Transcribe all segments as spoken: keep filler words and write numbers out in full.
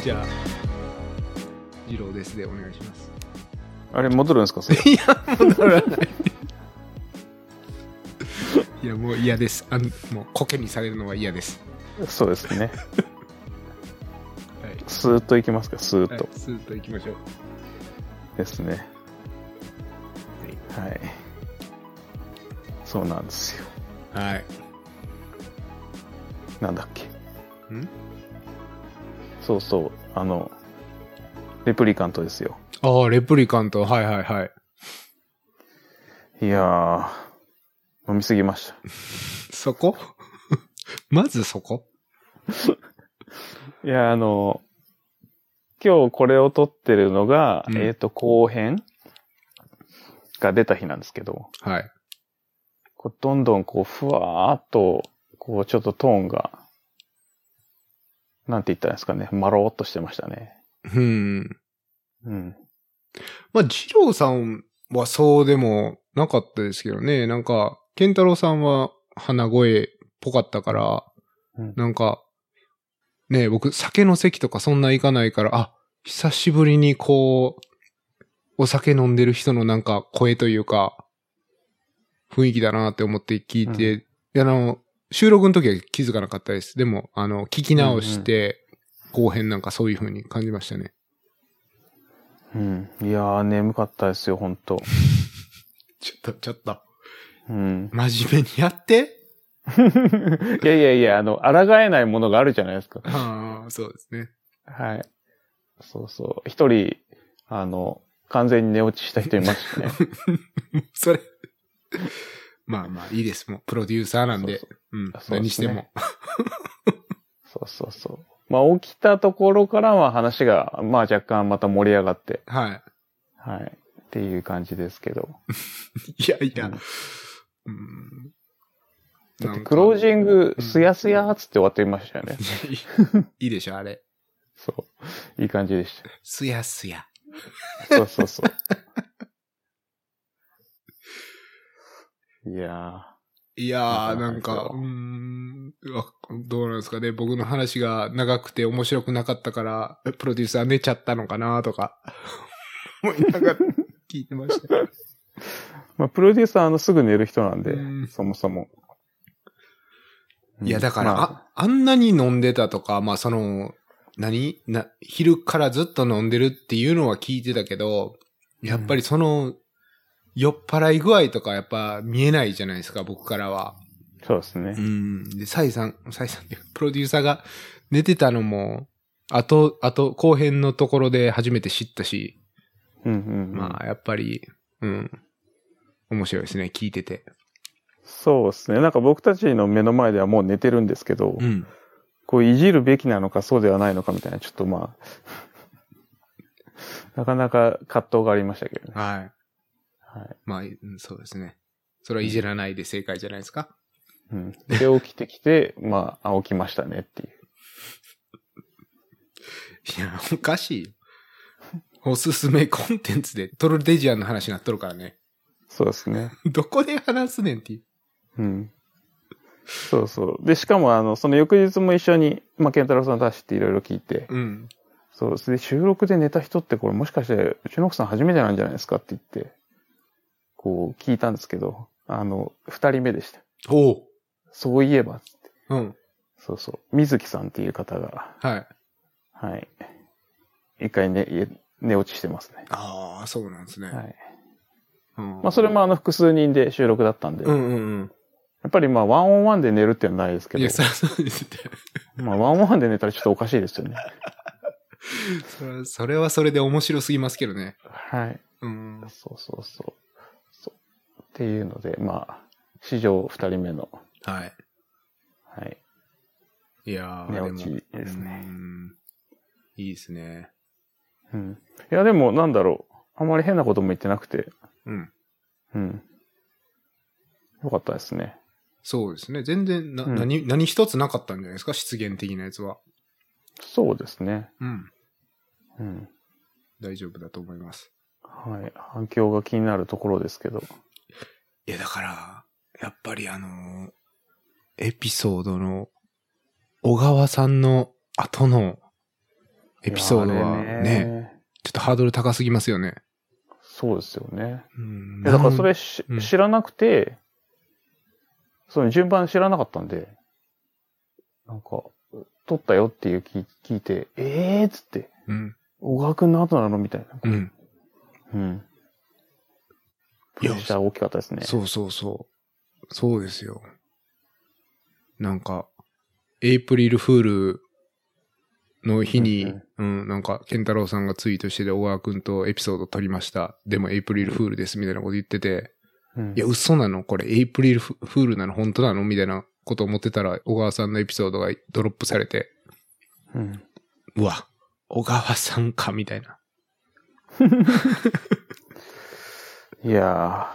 じゃあ次郎ですでお願いします。 あれ戻るんですかそれ。 いや戻らないいやもう嫌です。あのもうコケにされるのは嫌です。 そうですね、はい、スーッといきますか。スーッと、 はい、スーッといきましょうですね。はい、はい、そうなんですよ。 はい。 なんだっけ。 んそうそう、あのレプリカントですよ。 ああ、レプリカント、はいはいはい。 いやー、飲みすぎました。 そこまずそこいや、あの、今日これを撮ってるのが、うん、えっと、後編が出た日なんですけど、 はい。 こうどんどんこう、ふわーっと、こう、ちょっとトーンが、なんて言ったらいいんですかね、まろーっとしてましたね。 うん。 うん。 まあ、二郎さんはそうでもなかったですけどね。なんか、健太郎さんは鼻声っぽかったから、うん、なんか、ね、僕、酒の席とかそんな行かないから、あ、久しぶりにこう、お酒飲んでる人のなんか声というか、雰囲気だなって思って聞いて、うん、あの、収録の時は気づかなかったです。でも、あの、聞き直して、後編なんかそういう風に感じましたね。 うん。いやー、眠かったですよ、ほんと。 ちょっと、ちょっと。 うん。 真面目にやっていやいやいや、あの、抗えないものがあるじゃないですか。 ああ、そうですね。 はい。そうそう。一人、あの、完全に寝落ちした人いますしね。 それ。まあまあ、いいです。もう、プロデューサーなんで。そうそううん。そうですね、何しても。 そうそうそう。まあ、起きたところからは話が、まあ若干また盛り上がって。 はい。 はい。っていう感じですけど。 いやいや。 うん、だってクロージング、すやすやーつって終わっていましたよね。 いいでしょ、あれ。 そう。いい感じでした。 すやすや。 そうそうそう。いやー。いやー、なんか、うーん、どうなんですかね。僕の話が長くて面白くなかったから、プロデューサー寝ちゃったのかなとか、思いながら聞いてました。 まあ、プロデューサーのすぐ寝る人なんで、んそもそも。 いや、だから、まあ、あ、あんなに飲んでたとか、まあ、その、何な、昼からずっと飲んでるっていうのは聞いてたけど、やっぱりその、酔っ払い具合とかやっぱ見えないじゃないですか、僕からは。 そうですね。 うん。で、サイさん、サイさんってプロデューサーが寝てたのも、あと、あと、後編のところで初めて知ったし、 うんうんうん、 まあ、やっぱり、うん。面白いですね、聞いてて。 そうですね。なんか僕たちの目の前ではもう寝てるんですけど、 うん、 こういじるべきなのかそうではないのかみたいな、ちょっとまあ、なかなか葛藤がありましたけどね。 はい。 はい。 まあ、そうですね。それはいじらないで正解じゃないですか。 うん。で、起きてきて、まあ、あ、起きましたねっていう。 いや、おかしいよ。おすすめコンテンツでトルデジアンの話になっとるからね。 そうですね。 どこで話すねんっていう。 うん。そうそう。で、しかも、あの、その翌日も一緒に、まあ、ケンタロウさん出していろいろ聞いて、 うん。 そうですね。収録で寝た人ってこれもしかして、うちの奥さん初めてなんじゃないですかって言って、こう、聞いたんですけど、あの、二人目でした。 おう。 そういえば、つって。 うん。 そうそう。水木さんっていう方が、 はい。 はい。一回寝、寝落ちしてますね。 ああ、そうなんですね。はい。 うん、まあ、それもあの、複数人で収録だったんで。 うんうんうん。 やっぱりまあ、ワンオンワンで寝るっていうのはないですけど。 いや、そうですね。 まあ、ワンオンワンで寝たらちょっとおかしいですよね。 それそれはそれで面白すぎますけどね。 はい。 うん。 そうそうそう。そうっていうので、まあ、史上二人目の。 はい。 はい。 いやー、 寝落ちですね。 うん。いいですね。 うん。いや、でも、なんだろう。あんまり変なことも言ってなくて。 うん。 うん。よかったですね。 そうですね。全然な、うん、何、何一つなかったんじゃないですか、失言的なやつは。 そうですね。 うん。 うん。 大丈夫だと思います。 はい。反響が気になるところですけど。 いや、だから、やっぱりあの、エピソードの、小川さんの後のエピソードはね、ねちょっとハードル高すぎますよね。 そうですよね。 うん、 だからそれし、 うん、 知らなくて、その順番知らなかったんで、なんか、撮ったよっていう聞聞いて、えーっつって、うん、小川くんの後なのみたいな。うん。うん。プレッシャー大きかったですね。 そうそうそう。そうですよ。なんか、エイプリルフールの日に、うん、うん、なんか、ケンタロウさんがツイートしてて、小川くんとエピソード撮りました。でもエイプリルフールですみたいなこと言ってて、うん、いや、嘘なのこれエイプリルフールなの本当なのみたいなこと思ってたら、小川さんのエピソードがドロップされて、うん、うわ、小川さんか、みたいな。 いや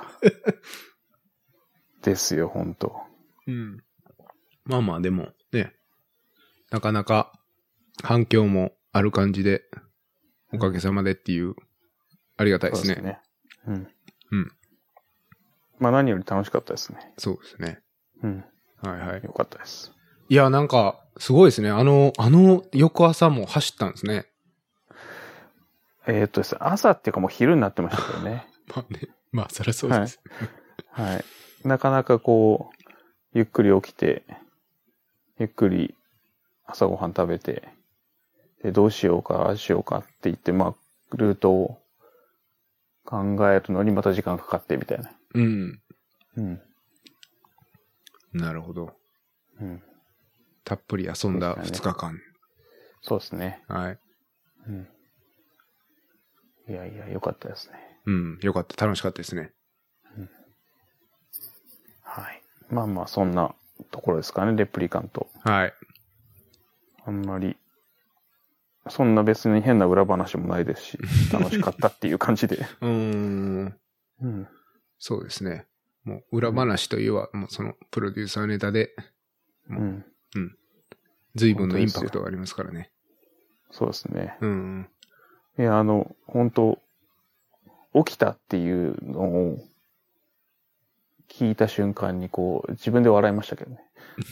ー。ですよ、本当。 うん。まあまあ、でも、ね。なかなか、反響もある感じで、おかげさまでっていう、ありがたいですね。そうですね。うん。 うん。まあ何より楽しかったですね。 そうですね。うん。はいはい。 よかったです。 いや、なんか、すごいですね。あの、あの、翌朝も走ったんですね。 えー、っとですね、朝っていうかもう昼になってましたけどね。 まあね。まあ、そりゃそうです。 はい。はい。なかなかこう、ゆっくり起きて、ゆっくり朝ごはん食べて、で、どうしようか、ああしようかって言って、まあ、ルートを考えるのにまた時間かかってみたいな。うん。うん。 なるほど。うん。たっぷり遊んだふつかかん。ね、 そうですね。 はい。 うん。いやいや、よかったですね。 うん、よかった。楽しかったですね。うん、 はい。まあまあ、そんなところですかね、レプリカント。 はい。 あんまり、そんな別に変な裏話もないですし、楽しかったっていう感じで。うーん。 うん。そうですね。もう裏話といえば、うん、もうそのプロデューサーネタで、うん。うん。随分のインパクトがありますからね。 そうですね。うん。いや、あの、本当起きたっていうのを聞いた瞬間にこう、自分で笑いましたけどね。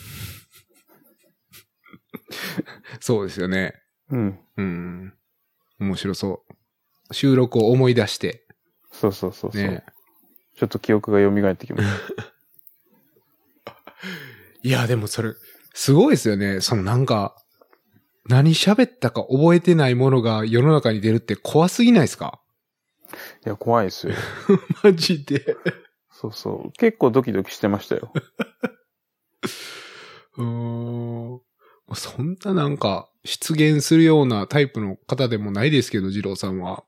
そうですよね。うん。うん。面白そう。収録を思い出して。 そうそうそうそう。ね、ちょっと記憶が蘇ってきました。 いや、でもそれ、すごいですよね。そのなんか、何喋ったか覚えてないものが世の中に出るって怖すぎないですか？ いや、怖いですよ。 マジで。 そうそう。結構ドキドキしてましたよ。 うーん。そんななんか、出現するようなタイプの方でもないですけど、二郎さんは。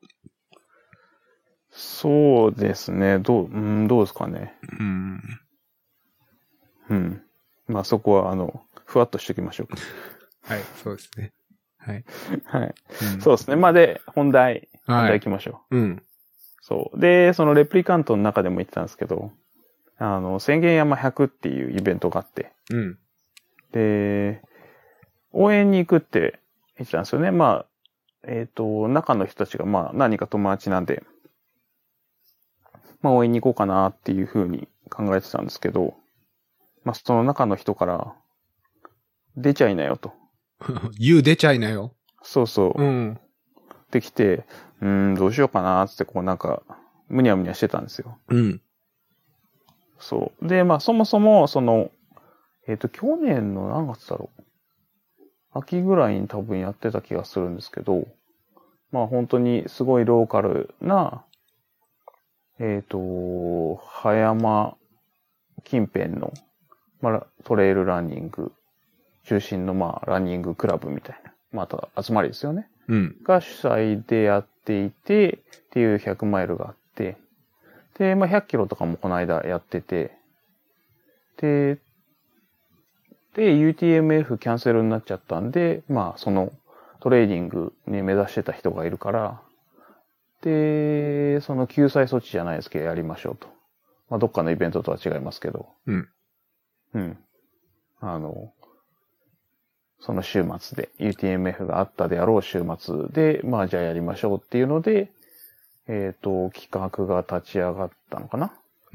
そうですね。どう、うん、どうですかね。うん。うん。まあそこは、あの、ふわっとしておきましょうか。 はい、そうですね。はい。 はい、うん。そうですね。まあで、本題、本題行きましょう。はい、うん。そう。で、そのレプリカントの中でも言ってたんですけど、あの、宣言山ひゃくっていうイベントがあって、うん。で、応援に行くって言ってたんですよね。まあ、えっと、中の人たちがまあ何か友達なんで、まあ応援に行こうかなっていうふうに考えてたんですけど、まあその中の人から、出ちゃいなよと。 言う出ちゃいなよ。 そうそう。うん。できて、うーん、どうしようかなってこうなんか、むにゃむにゃしてたんですよ。うん。そう。で、まあそもそも、その、えっと、去年の何月だろう。秋ぐらいに多分やってた気がするんですけど、まあ本当にすごいローカルな、えっと、葉山近辺の、まあ、トレイルランニング中心のまあランニングクラブみたいな、また集まりですよね。うん。が主催でやっていて、っていうひゃくマイルがあって、で、まあひゃくキロとかもこの間やってて、で、で、ユーティーエムエフ キャンセルになっちゃったんで、まあそのトレーニングに目指してた人がいるから、で、その救済措置じゃないですけどやりましょうと。まあどっかのイベントとは違いますけど。うん。うん。あの、その週末で ユーティーエムエフ があったであろう週末で、まあじゃあやりましょうっていうので、えっと、企画が立ち上がったのかな？うん。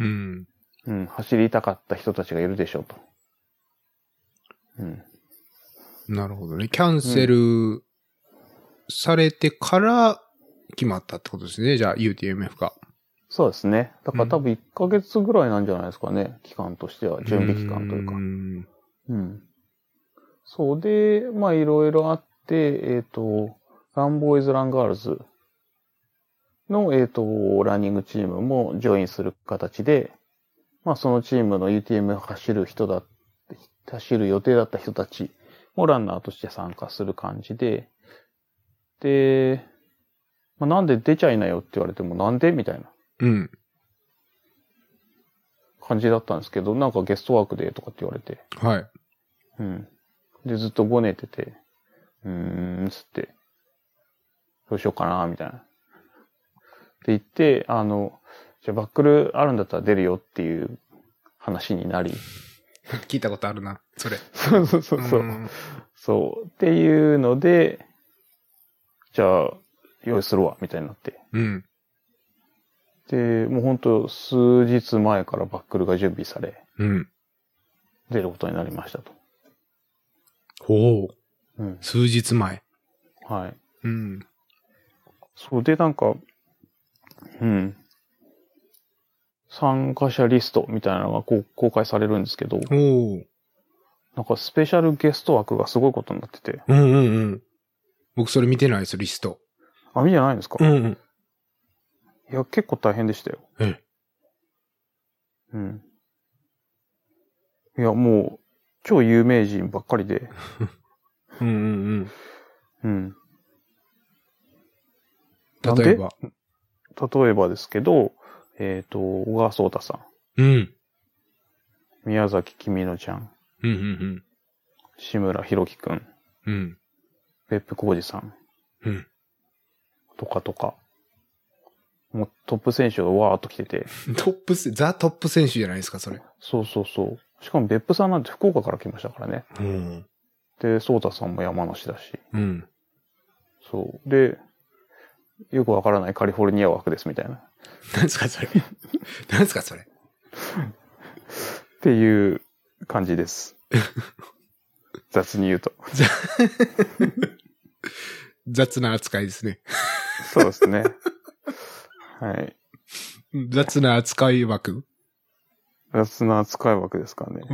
うん、走りたかった人たちがいるでしょうと。 うん。なるほどね。キャンセルされてから決まったってことですね。じゃあ ユーティーエムエフ が。 そうですね。だから多分いっかげつぐらいなんじゃないですかね。うん、期間としては。準備期間というか。うんうん。そうで、まあいろいろあって、えっ、ー、と、ランボーイズ・ランガールズの、えっ、ー、と、ランニングチームもジョインする形で、まあそのチームの ユーティーエムエフ 走る人だ、走る予定だった人たちもランナーとして参加する感じで、で、まあ、なんで出ちゃいなよって言われてもなんでみたいな。うん。感じだったんですけど、なんかゲストワークでとかって言われて。はい。うん。で、ずっとごねてて、うーん、つって、どうしようかな、みたいな。って言って、あの、じゃあバックルあるんだったら出るよっていう話になり。 聞いたことあるな、それ。 そうそうそうそう。そう。っていうので、じゃあ、用意するわ、みたいになって。うん。で、もうほんと数日前からバックルが準備され、うん。出ることになりましたと。 ほう。うん。数日前。 はい。うん。そうで、なんか、うん。参加者リストみたいなのがこう公開されるんですけど、おなんかスペシャルゲスト枠がすごいことになってて。 うんうんうん。僕それ見てないです、リスト。 あ、見てないんですか？うんうん。いや、結構大変でしたよ。ええ。うん。いや、もう、超有名人ばっかりで。うんうんうん。うん。例えば例えばですけど、えっ、ー、と、小川聡太さん。うん。宮崎君乃ちゃん。うんうんうん。志村弘樹くん。うん。別府浩二さん。うん。とかとか。もうトップ選手がわーっと来てて。 トップ、ザ・トップ選手じゃないですか、それ。 そうそうそう。しかも別府さんなんて福岡から来ましたからね。うん。で、聡太さんも山梨だし。うん。そう。で、よくわからないカリフォルニア枠ですみたいな。 何すかそれ。何すかそれ。 っていう感じです。雑に言うと。 雑な扱いですね。 そうですね。はい。 雑な扱い枠雑な扱い枠ですかね。うん。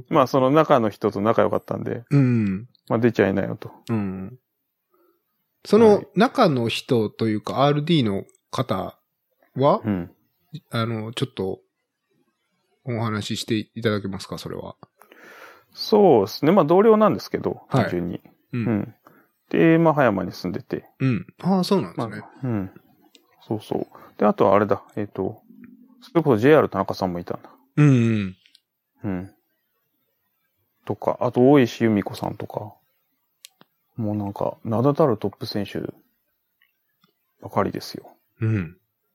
まあその中の人と仲良かったんで。うん。まあ出ちゃいなよと。うん。 その中の人というか アールディー の方は、うん、あの、ちょっとお話ししていただけますか、それは。 そうですね。まあ同僚なんですけど、単純に。うん、うん。で、まあ葉山に住んでて。 うん。ああ、そうなんですね、まあ。 うん。そうそう。で、あとはあれだ。えっ、ー、と、それこそ ジェイアール 田中さんもいたんだ。うんうん。うん。とか、あと大石由美子さんとか。もうなんか、名だたるトップ選手ばかりですよ。うん。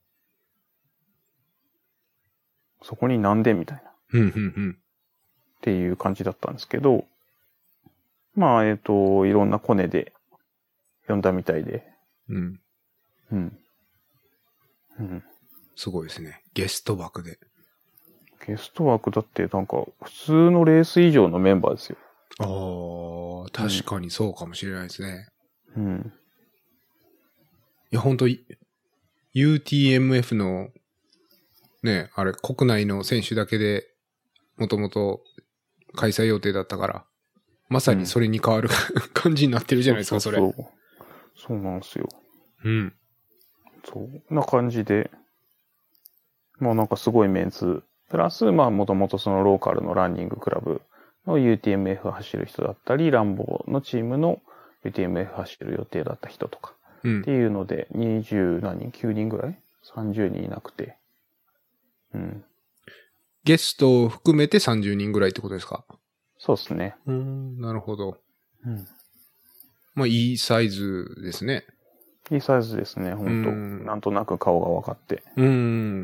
そこになんでみたいな。うん、うん、うん。っていう感じだったんですけど、まあ、えっと、いろんなコネで読んだみたいで。うん。うん。 うん。すごいですね。ゲスト枠で。 ゲスト枠だってなんか、普通のレース以上のメンバーですよ。 ああ、確かにそうかもしれないですね。うん。いや、本当 ユーティーエムエフ の、ね、あれ、国内の選手だけで、もともと開催予定だったから、まさにそれに変わる、うん、感じになってるじゃないですか、それ。 そうそう。そうなんですよ。うん。そう。な感じで、まあなんかすごいメンツ。プラス、まあもともとそのローカルのランニングクラブの ユーティーエムエフ 走る人だったり、ランボーのチームの ユーティーエムエフ 走る予定だった人とか。うん、っていうので、にじゅう何人 ?きゅう 人ぐらい ?さんじゅう 人いなくて。 うん。ゲストを含めてさんじゅうにんぐらいってことですか？ そうですね。 うん、なるほど。うん。まあ、いいサイズですね。 いいサイズですね、本当、うん、なんとなく顔が分かって。うん。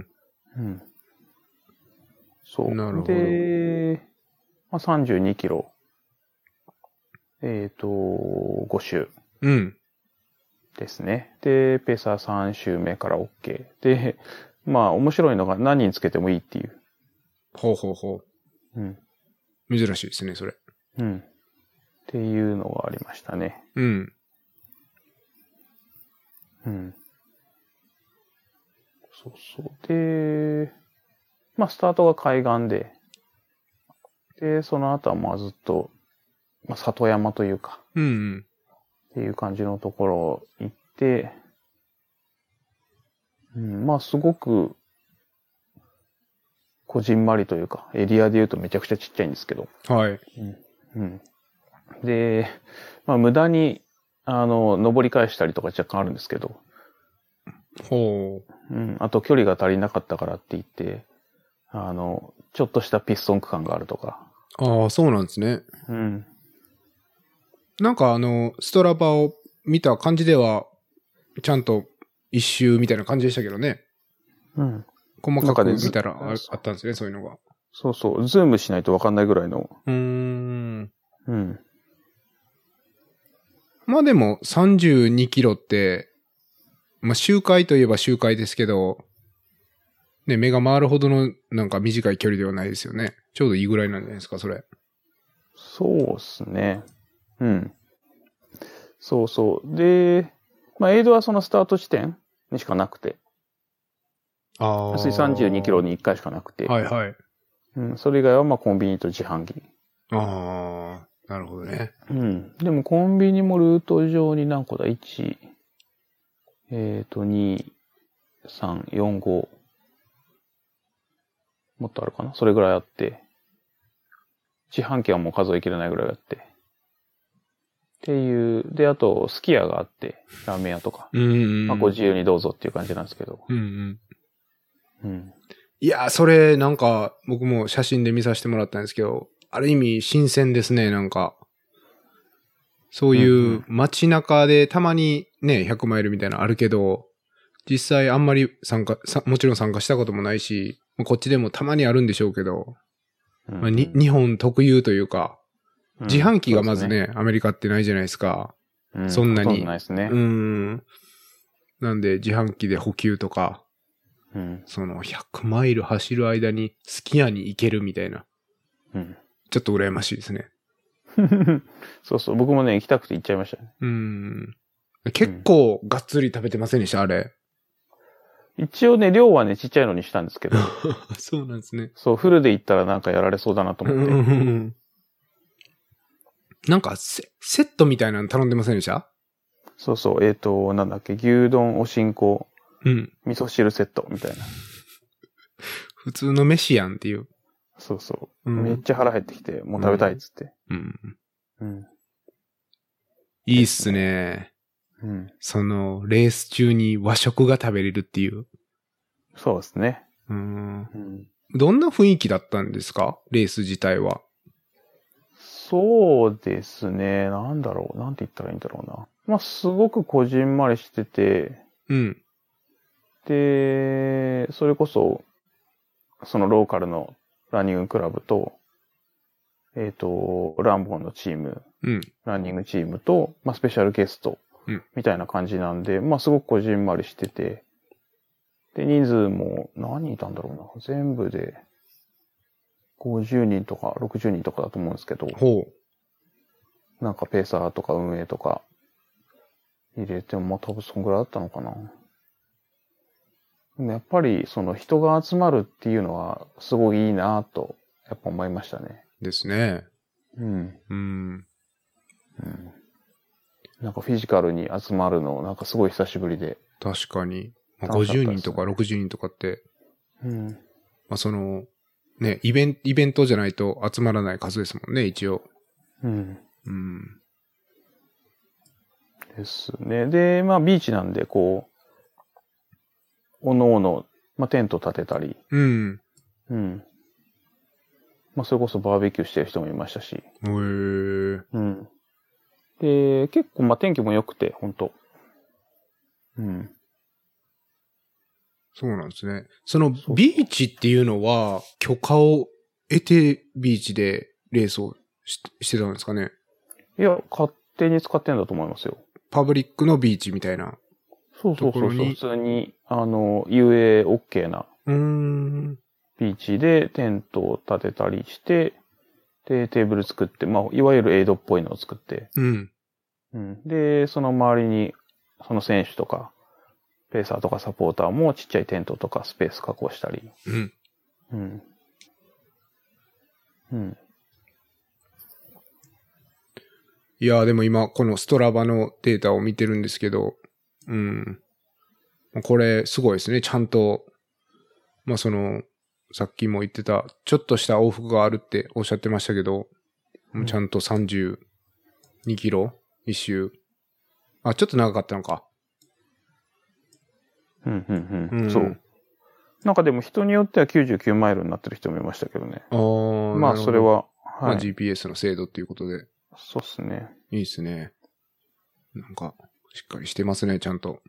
うん。そう。なるほど。で、まあ、さんじゅうにキロ。えっ、ー、と、ご周。うん。ですね。で、ペーサーさん周目から OK。で、まあ、面白いのが何人つけてもいいっていう。 ほうほうほう。うん。珍しいですね、それ。うん。 っていうのがありましたね。うん。 うん。そうそう。で、まあ、スタートが海岸で、で、その後はまあずっと、まあ、里山というか、 うん、うん。 っていう感じのところ行って、うん、まあ、すごく、こじんまりというか、エリアで言うとめちゃくちゃちっちゃいんですけど。 はい。 うん。うん、で、まあ、無駄に、あの、登り返したりとか若干あるんですけど。 ほう。うん。あと、距離が足りなかったからって言って、あの、ちょっとしたピストン区間があるとか。 ああ、そうなんですね。 うん。 なんかあの、ストラバを見た感じでは、ちゃんと一周みたいな感じでしたけどね。 うん。 細かく見たら あ, あったんですね、そういうのが。 そうそう。ズームしないと分かんないぐらいの。 うーん。 うん。 まあでもさんじゅうにキロって、まあ周回といえば周回ですけど、ね、目が回るほどのなんか短い距離ではないですよね。ちょうどいいぐらいなんじゃないですか、それ。 そうですね。うん。そうそう。で、まあエイドはそのスタート地点にしかなくて。 ああ。 さんじゅうにキロにいっかいしかなくて。 はいはい。 うん。それ以外はまあコンビニと自販機。 ああ、なるほどね。 うん。でもコンビニもルート上に何個だ ?いち、えっと、に、さん、よん、ご。もっとあるかなそれぐらいあって。自販機はもう数えきれないぐらいあって。っていう、で、あと、すき家があって、ラーメン屋とか。 うんうん。 まあ、ご自由にどうぞっていう感じなんですけど。 うんうん。 うん。 いやー、それ、なんか、僕も写真で見させてもらったんですけど、ある意味、新鮮ですね、なんか。そういう街中でたまにね、ひゃくマイルみたいなのあるけど、実際あんまり参加、もちろん参加したこともないし、こっちでもたまにあるんでしょうけど、 うんうん、 まあ、に日本特有というか、自販機がまずね、 うんね、 アメリカってないじゃないですか。 うん、 そんなに。 ほとんどないですね。 うん。なんで自販機で補給とか、 うん、 そのひゃくマイル走る間にすき家に行けるみたいな。 うん、 ちょっと羨ましいですね。 そうそう、僕もね、行きたくて行っちゃいましたね。 うん。結構がっつり食べてませんでした、あれ。 一応ね、量はね、ちっちゃいのにしたんですけど。 そうなんですね。 そう、フルで行ったらなんかやられそうだなと思って。うん、 なんかセ、セットみたいなの頼んでませんでした？ そうそう、えっと、なんだっけ、牛丼、おしんこ、うん。味噌汁セットみたいな。 普通の飯やんっていう。 そうそう。うん、めっちゃ腹減ってきて、もう食べたいっつって。うん。 うん。いいっすね。うん。その、レース中に和食が食べれるっていう。 そうですね。 うん。うん、どんな雰囲気だったんですか？レース自体は。 そうですね。なんだろう。なんて言ったらいいんだろうな。まあ、すごくこじんまりしてて。うん。で、それこそ、そのローカルのランニングクラブと、えっと、ランボンのチーム、うん、ランニングチームと、まあ、スペシャルゲスト、みたいな感じなんで、うん、まあ、すごくこじんまりしてて、で、人数も何人いたんだろうな。全部で、ごじゅうにんとかろくじゅうにんとかだと思うんですけど、ほう。なんかペーサーとか運営とか入れても、まあ、多分そんぐらいだったのかな。でもやっぱり、その人が集まるっていうのは、すごいいいなと、やっぱ思いましたね。 ですね。 うん。うん。うん。なんかフィジカルに集まるの、なんかすごい久しぶりで。 確かに。まあ、ごじゅうにんとかろくじゅうにんとかって、うん。まあその、ね、イベント、イベントじゃないと集まらない数ですもんね、一応。うん。うん。 ですね。で、まあビーチなんで、こう、おのおの、まあテント立てたり。うん。うん。まあそれこそバーベキューしてる人もいましたし。へー。うん。で、結構まあ天気も良くて、本当うん。 そうなんですね。そのビーチっていうのは許可を得てビーチでレースを し, してたんですかね？ いや、勝手に使ってんだと思いますよ。 パブリックのビーチみたいな。 そうそうそうそう。普通に、あの、遊泳 OK な。うーん。ビーチでテントを立てたりして、で、テーブル作って、まあ、いわゆるエイドっぽいのを作って。うん。うん。で、その周りに、その選手とか、 ペーサーとかサポーターもちっちゃいテントとかスペース確保したり。 うん。 うん。うん。 いや、でも今、このストラバのデータを見てるんですけど、うん。これ、すごいですね。ちゃんと、まあ、その、さっきも言ってた、ちょっとした往復があるっておっしゃってましたけど、うん、ちゃんとさんじゅうにキロ一周。あ、ちょっと長かったのか。 うん、うん、うん。そう。なんかでも人によってはきゅうじゅうきゅうマイルになってる人もいましたけどね。 ああ。 まあ、それは、 はい。まあ、ジーピーエス の精度っていうことで。 そうっすね。 いいっすね。なんか、しっかりしてますね、ちゃんと。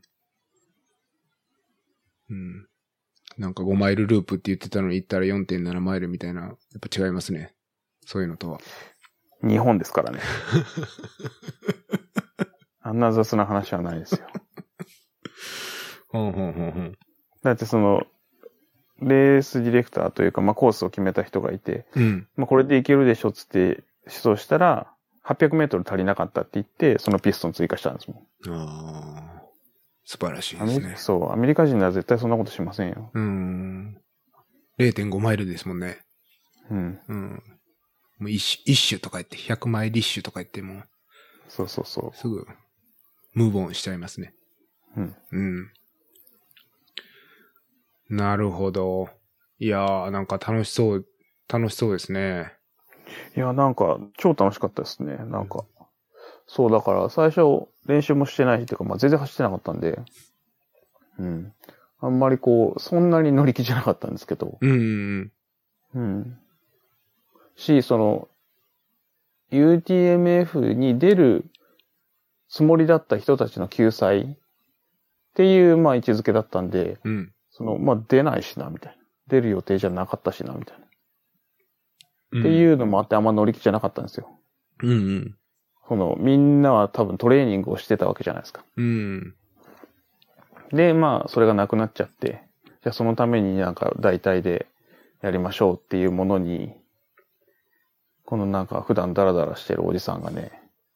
うん。なんかごマイルループって言ってたのに行ったら よんてんなな マイルみたいな、やっぱ違いますね。そういうのとは。 日本ですからね。あんな雑な話はないですよ。 ほんほんほんほん。 だってその、レースディレクターというか、まあコースを決めた人がいて、 うん、 まあこれでいけるでしょっつって出走したら、はっぴゃくメートル足りなかったって言って、そのピストン追加したんですもん。ああ。素晴らしいですね。 そう、アメリカ人なら絶対そんなことしませんよ。 うん。れいてんご マイルですもんね。 うん。 うん。もう一種、一種とか言って、ひゃくマイリッシュとか言っても、 そうそうそう。 すぐ、ムーブオンしちゃいますね。 うん。 うん。なるほど。いやー、なんか楽しそう、楽しそうですね。 いや、なんか、超楽しかったですね。なんか。うん、そう、だから、最初、練習もしてないっていうか、まあ、全然走ってなかったんで、うん。あんまりこう、そんなに乗り気じゃなかったんですけど。 うん。 うん。し、その、ユーティーエムエフ に出るつもりだった人たちの救済っていう、まあ、位置づけだったんで、 うん。 その、まあ、出ないしな、みたいな。出る予定じゃなかったしな、みたいな。うん、っていうのもあって、あんま乗り気じゃなかったんですよ。 うんうん。 その、みんなは多分トレーニングをしてたわけじゃないですか。 うん。 で、まあ、それがなくなっちゃって、じゃあそのためになんか代替でやりましょうっていうものに、このなんか普段ダラダラしてるおじさんがね、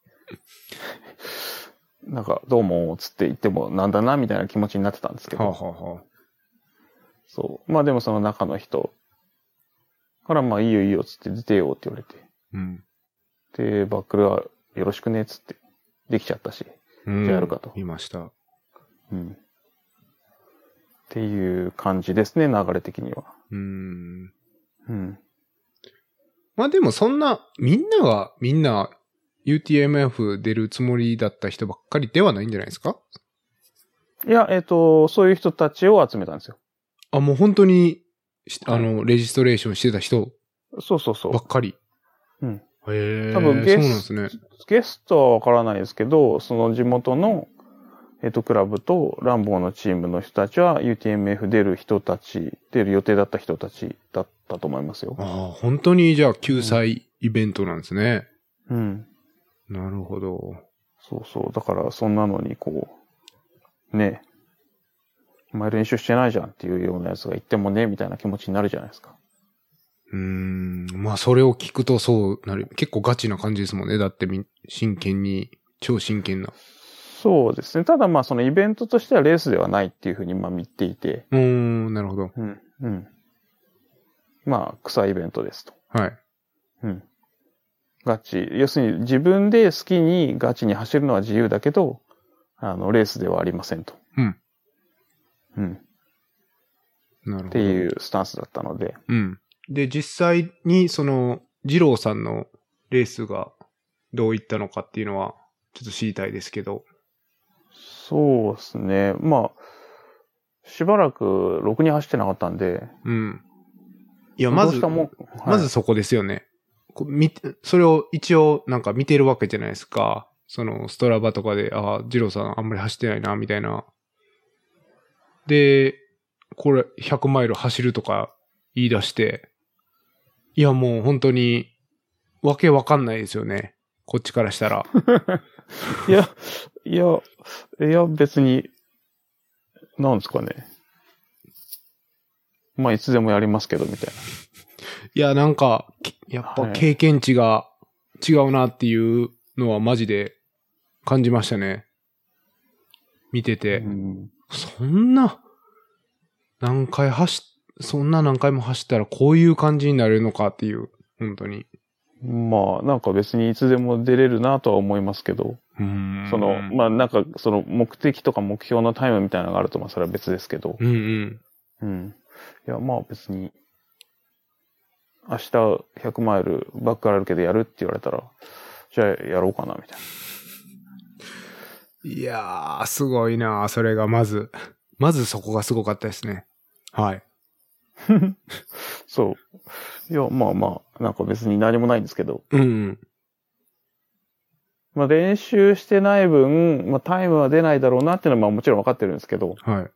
なんかどうもつって言ってもなんだなみたいな気持ちになってたんですけど。 はあはあはあ、 そう。まあでもその中の人からまあいいよいいよつって出てよって言われて。 うん。 で、バックルはよろしくねつってできちゃったし、 うん、 じゃあやるかと。 見ました。 うん。っていう感じですね、流れ的には。 うーん。 うん。 まあでもそんな、みんながみんな ユーティーエムエフ 出るつもりだった人ばっかりではないんじゃないですか？ いや、えっと、そういう人たちを集めたんですよ。 あ、もう本当に、あの、はい、レジストレーションしてた人そうそうそう。 ばっかり。 うん。 へえ。 多分ゲスト、そうなんですね。 ゲストはわからないですけど、その地元の、えっと、クラブとランボーのチームの人たちは ユーティーエムエフ 出る人たち、出る予定だった人たちだったと思いますよ。 ああ、本当にじゃあ救済イベントなんですね。 うん。 なるほど。 そうそう。だからそんなのにこう、ね、お前練習してないじゃんっていうようなやつが言ってもね、みたいな気持ちになるじゃないですか。 うーん。まあそれを聞くとそうなる。結構ガチな感じですもんね。だって真剣に、超真剣な。 そうですね。ただまあそのイベントとしてはレースではないっていうふうにまあ見ていて。 うーん、なるほど。 うん。うん。まあ草イベントですと。 はい。 うん。ガチ。要するに自分で好きにガチに走るのは自由だけど、あの、レースではありませんと。 うん。 うん。 なるほど。 っていうスタンスだったので。 うん。で、実際にその、二郎さんのレースがどういったのかっていうのは、ちょっと知りたいですけど。 そうですね。まあ、しばらくろくに走ってなかったんで。 うん。いや、まず、はい、まずそこですよね。み、それを一応なんか見てるわけじゃないですか。そのストラバとかで、ああ、ジローさんあんまり走ってないな、みたいな。で、これひゃくマイル走るとか言い出して、いやもう本当にわけわかんないですよね。こっちからしたら。 いや、いや、いや別に、なんですかね。まあいつでもやりますけど、みたいな。 いや、なんか、やっぱ経験値が違うなっていうのはマジで感じましたね。見てて。 うん、 そんな、何回走っ、そんな何回も走ったらこういう感じになれるのかっていう、本当に。 まあ、なんか別にいつでも出れるなとは思いますけど、 うーんその、まあなんか、その目的とか目標のタイムみたいなのがあると、まあそれは別ですけど、 うんうん。 うん。いや、まあ別に、明日ひゃくマイルバックあるけどやるって言われたら、じゃあやろうかな、みたいな。いやー、すごいな、それがまず。まずそこがすごかったですね。はい。 そう。いや、まあまあ、なんか別に何もないんですけど。 うん、うん。 まあ練習してない分、まあタイムは出ないだろうなっていうのはまあもちろん分かってるんですけど。 はい。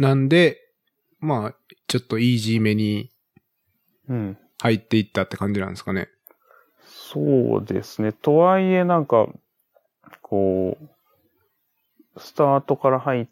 なんで、まあ、ちょっとイージーめに、うん。入っていったって感じなんですかね。 そうですね。とはいえなんか、こう、スタートから入って、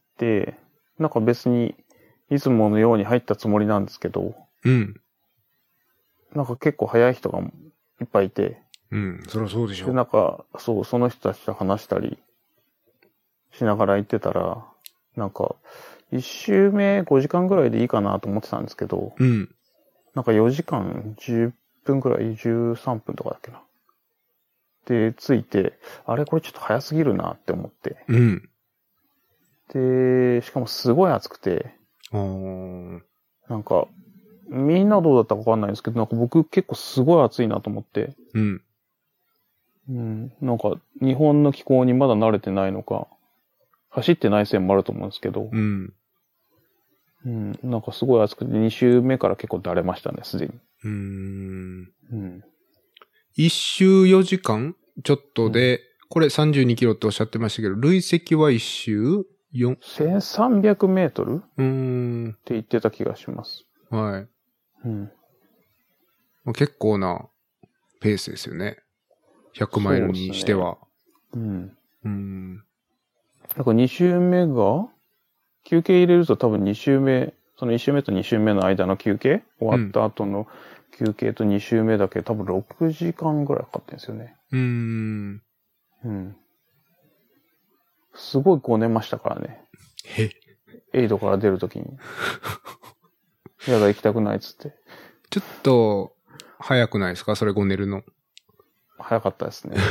なんか別に、いつものように入ったつもりなんですけど、 うん。 なんか結構早い人がいっぱいいて、 うん、そりゃそうでしょう。 で、なんか、そう、その人たちと話したりしながら行ってたら、なんか、一周目ごじかんぐらいでいいかなと思ってたんですけど、 うん。 なんかよじかんじゅっぷんぐらい、じゅうさんぷんとかだっけな。で、着いて、あれこれちょっと早すぎるなって思って。 うん。 で、しかもすごい暑くて、なんか、みんなどうだったかわかんないんですけど、なんか僕結構すごい暑いなと思って。 うん。 うん。なんか、日本の気候にまだ慣れてないのか、走ってないせいもあると思うんですけど、 うん。 うん。なんかすごい暑くて、に周目から結構だれましたね、すでに。 うーん。 うん。 一周よじかんちょっとで、うん、これさんじゅうにキロっておっしゃってましたけど、累積は一周よんせんさんびゃくメートルうーん。 って言ってた気がします。 はい。 うん。 結構なペースですよね。ひゃくマイルにしては。 うね、うん。 うん。 なんかに周目が、休憩入れると多分に周目、そのいち周目とに周目の間の休憩終わった後の休憩とに周目だけ多分ろくじかんぐらいかかってるんですよね。 うーん。 うん。すごいごねましたからね。 えエイドから出るときに。やだ行きたくないっつって。 ちょっと、早くないですかそれごねるの。 早かったですね。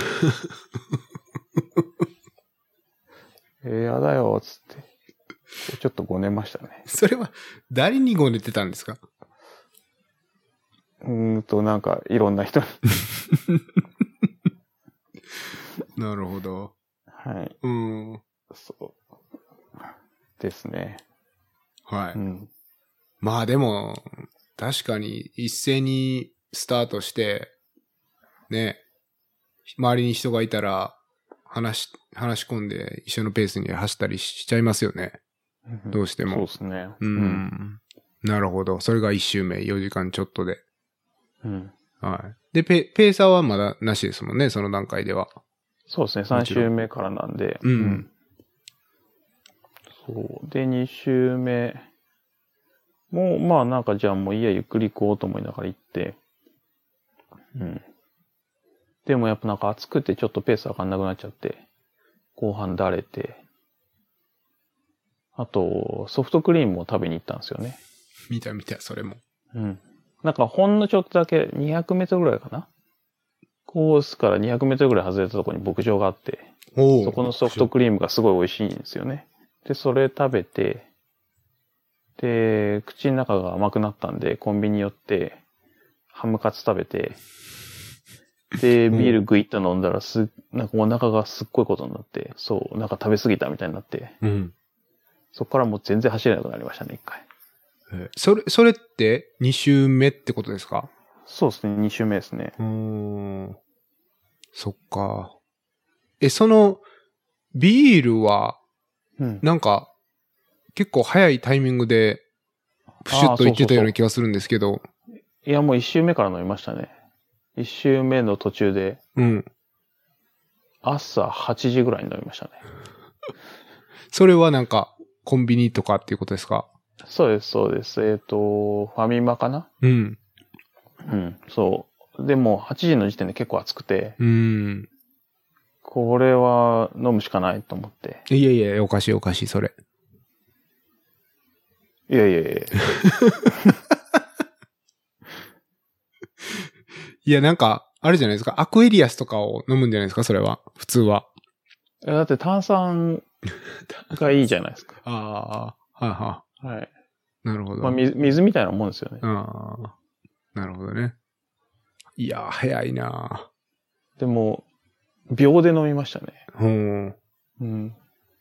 えー、やだよ、つって。ちょっとごねましたね。 それは、誰にごねてたんですか？ うーんと、なんか、いろんな人に。 なるほど。 はい。 うん。 そう。ですね。 はい。 うん、 まあでも、確かに一斉にスタートして、ね、周りに人がいたら、話し、話し込んで一緒のペースに走ったりしちゃいますよね。うん、どうしても。 そうですね。 うん。うん、なるほど。それが一周目、よじかんちょっとで。 うん。 はい。で、ペ、ペーサーはまだなしですもんね、その段階では。 そうですね、さん周目からなんで。 うん。うん、 そう。で、に周目もう、まあなんかじゃあもういいや、ゆっくり行こうと思いながら行って。うん。でもやっぱなんか暑くてちょっとペース上がんなくなっちゃって、後半だれて。あと、ソフトクリームも食べに行ったんですよね。 見た見た、それも。 うん。なんかほんのちょっとだけにひゃくメートルぐらいかな。コースからにひゃくメートルぐらい外れたところに牧場があって、そこのソフトクリームがすごい美味しいんですよね。で、それ食べて、で、口の中が甘くなったんで、コンビニ寄って、ハムカツ食べて、で、ビールグイッと飲んだらす、なんかお腹がすっごいことになって、そう、なんか食べ過ぎたみたいになって、 うん、 そこからもう全然走れなくなりましたね、一回。 それ、それってに周目ってことですか？ そうですね、に周目ですね。 うーん。そっか。え、その、ビールは、なんか、うん、結構早いタイミングで、プシュッといってたような気がするんですけど。そうそうそう、 いや、もう一周目から飲みましたね。一周目の途中で。 うん。 朝はちじぐらいに飲みましたね。 それはなんか、コンビニとかっていうことですか？ そうです、そうです。えっと、ファミマかな？ うん。 うん、そう。でも、はちじの時点で結構暑くて。 うん。 これは飲むしかないと思って。 いやいや、おかしいおかしい、それ。 いやいやいや。 いや、なんか、あるじゃないですか。アクエリアスとかを飲むんじゃないですか、それは。普通は。 いやだって炭酸がいいじゃないですか。 ああ、はいはい。 はい。 なるほど。 まあ水、水みたいなもんですよね。 ああ、なるほどね。いやー、早いなでも、秒で飲みましたね。 うん。 うん。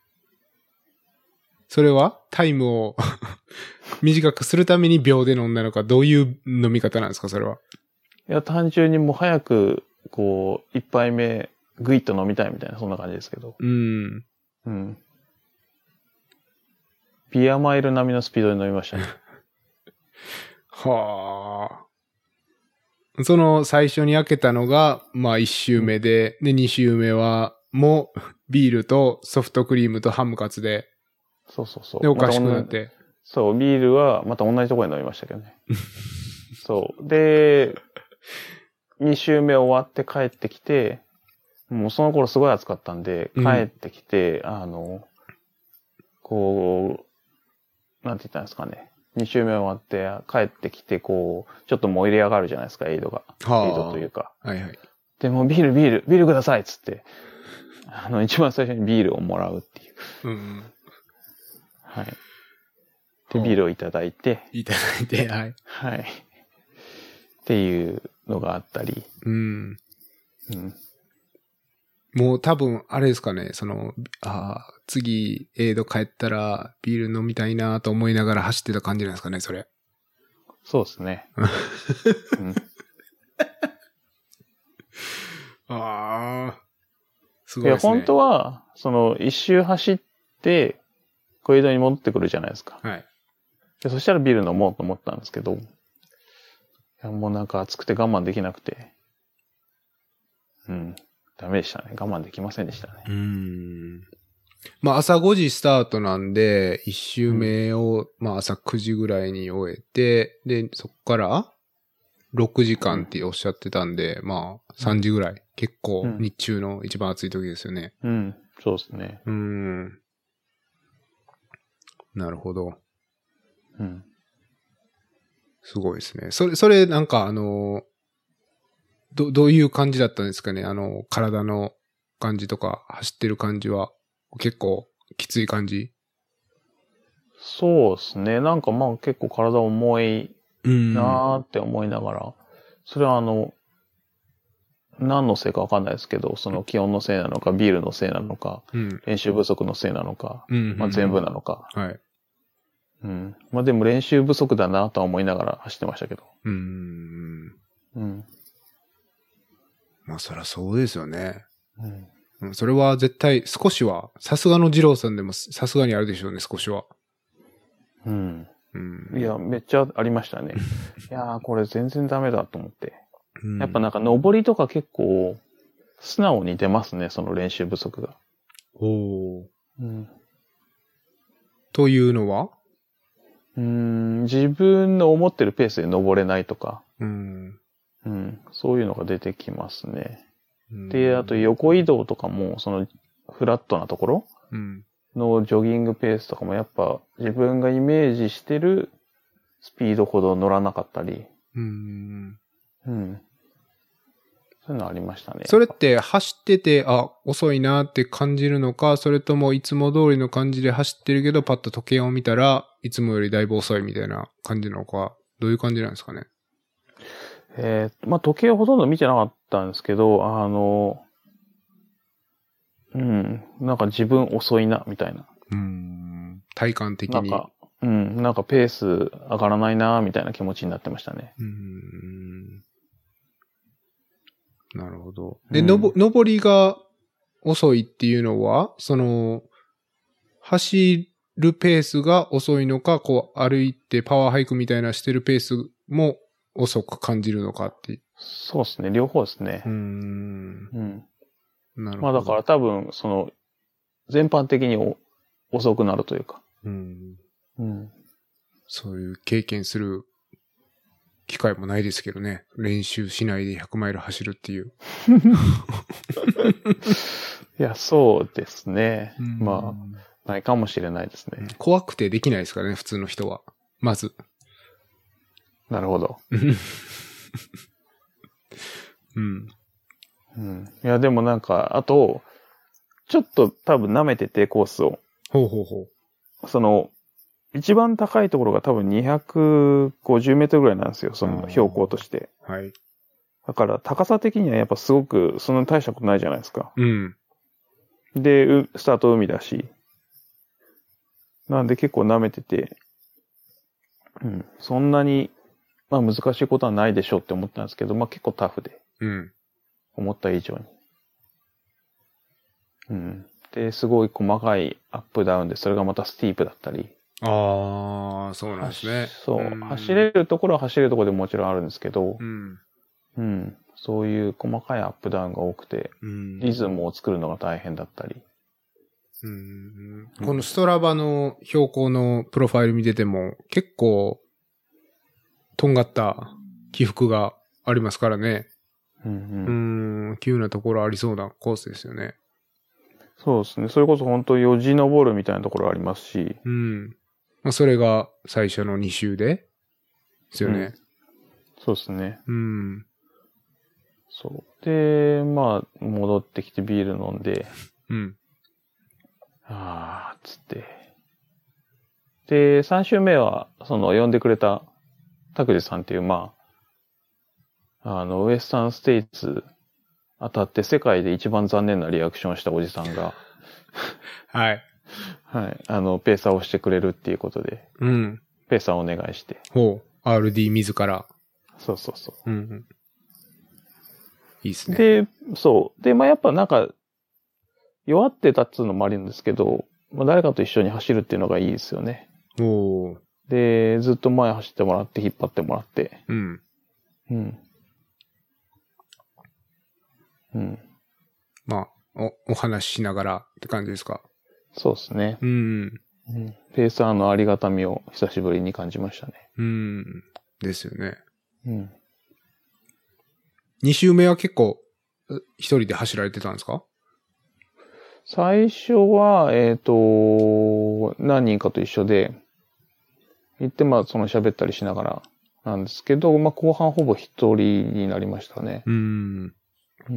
それはタイムを短くするために秒で飲んだのか、どういう飲み方なんですか、それは。 いや、単純にもう早く、こう、一杯目、ぐいっと飲みたいみたいな、そんな感じですけど。 うん。 うん。ビアマイル並みのスピードで飲みましたね。 はあ。その最初に開けたのが、まあ一周目で、うん、で、二周目は、もう、ビールとソフトクリームとハムカツで、 そうそうそう。 で、おかしくなって。ま、 そう、ビールはまた同じところで飲みましたけどね。そう。で、二周目終わって帰ってきて、もうその頃すごい暑かったんで、帰ってきて、うん、あの、こう、なんて言ったんですかね。二周目終わって帰ってきて、こう、ちょっと燃え上がるじゃないですか、エイドが。はあ、エイドというか。 はいはい。 で、もうビール、ビール、ビールくださいっつって、あの、一番最初にビールをもらうっていう。 うん。 はい。で、ビールをいただいて。 いただいて、はい。 はい。っていうのがあったり。 うん。うん。もう多分、あれですかね、その、ああ、次、エイド帰ったら、ビール飲みたいなと思いながら走ってた感じなんですかね、それ。 そうですね。うん、 ああ、すごいですね。 いや、本当は、その、一周走って、小江戸に戻ってくるじゃないですか。 はい。 でそしたらビール飲もうと思ったんですけど、いやもうなんか暑くて我慢できなくて、うん、ダメでしたね。我慢できませんでしたね。 うーん。まあ朝ごじスタートなんで、一周目を、うん、まあ朝くじぐらいに終えて、で、そっからろくじかんっておっしゃってたんで、うん、まあさんじぐらい。結構日中の一番暑い時ですよね。 うん、うん、そうですね。 うーん。なるほど。 うん。 すごいですね。それ、それなんかあの、ど、どういう感じだったんですかね、あの、体の感じとか、走ってる感じは、結構きつい感じ？ そうですね。なんかまあ結構体重いなーって思いながら、それはあの、何のせいかわかんないですけど、その気温のせいなのか、ビールのせいなのか、うん、練習不足のせいなのか、うんうんうん、まあ全部なのか。 はい。 うん。まあでも練習不足だなとは思いながら走ってましたけど。 うーん。 うん。 まあそりゃそうですよね。 うん。 それは絶対少しは、さすがの二郎さんでもさすがにあるでしょうね、少しは。 うん。うん、いや、めっちゃありましたね。いやー、これ全然ダメだと思って。うん、やっぱなんか登りとか結構素直に出ますね、その練習不足が。 おー。 うん。 というのは？ うーん、自分の思ってるペースで登れないとか。 うん。 うん。そういうのが出てきますね。で、あと横移動とかも、そのフラットなところのジョギングペースとかもやっぱ自分がイメージしてるスピードほど乗らなかったり。 うん。 うん。そういうのありましたね。 それって走ってて、あ、遅いなって感じるのか、それともいつも通りの感じで走ってるけど、パッと時計を見たらいつもよりだいぶ遅いみたいな感じなのか、どういう感じなんですかね。 えー、まあ、時計ほとんど見てなかったんですけど、あの、うん、なんか自分遅いな、みたいな。 うーん、体感的に。 なんか、うん、なんかペース上がらないな、みたいな気持ちになってましたね。 うーん。なるほど。で、のぼ、登りが遅いっていうのは、その、走るペースが遅いのか、こう歩いてパワーハイクみたいなしてるペースも遅く感じるのかっていう。 そうですね。両方ですね。 うーん。 うん。 なるほど。 まあだから多分、その、全般的にお遅くなるというか。 うん。 うん。 そういう経験する機会もないですけどね。練習しないでひゃくマイル走るっていう。 いや、そうですね。まあ、ないかもしれないですね。 怖くてできないですからね、普通の人は。 まず。 なるほど。 うん。 うん。いや、でもなんか、あと、ちょっと多分舐めてて、コースを。 ほうほうほう。その、一番高いところが多分にひゃくごじゅうメートルぐらいなんですよ、その標高として。 はい。 だから高さ的にはやっぱすごくそんな大したことないじゃないですか。 うん。 で、スタート海だし。なんで結構舐めてて、うん、そんなに、まあ難しいことはないでしょうって思ったんですけど、まあ結構タフで。 うん。 思った以上に。うん。で、すごい細かいアップダウンで、それがまたスティープだったり。 ああ、そうなんですね。 そう。走れるところは走れるところでもちろんあるんですけど、 うん。 うん。そういう細かいアップダウンが多くて、うん、リズムを作るのが大変だったり。 うん、このストラバの標高のプロファイル見てても、結構、とんがった起伏がありますからね。うん、うん、うん、急なところありそうなコースですよね。 そうですね。それこそ本当よじ登るみたいなところありますし。 うん。まあ、それが最初のに周でですよね、うん。 そうですね。 うん。 そう。で、まあ、戻ってきてビール飲んで。 うん。 あー、つって。で、さん週目は、その、呼んでくれた、拓司さんっていう、まあ、あの、ウエスタンステイツ当たって世界で一番残念なリアクションをしたおじさんが、 はい。 はい。あの、ペーサーをしてくれるっていうことで、 うん。 ペーサーをお願いして。 ほう。アールディー 自ら。 そうそうそう。 うん、うん。いいっすね。 で、そう。で、まあ、やっぱなんか、弱ってたっつうのもあるんですけど、まあ、誰かと一緒に走るっていうのがいいですよね。 おー。 で、ずっと前走ってもらって、引っ張ってもらって。 うん。 うん。うん。 まあ、お、お話ししながらって感じですか？ そうですね。 うん。 うん。ペーサーのありがたみを久しぶりに感じましたね。 うん。ですよね。 うん。 二周目は結構、一人で走られてたんですか？ 最初は、えっと、何人かと一緒で、行って、まあ、その喋ったりしながらなんですけど、まあ、後半ほぼ一人になりましたね。 うん。 うん。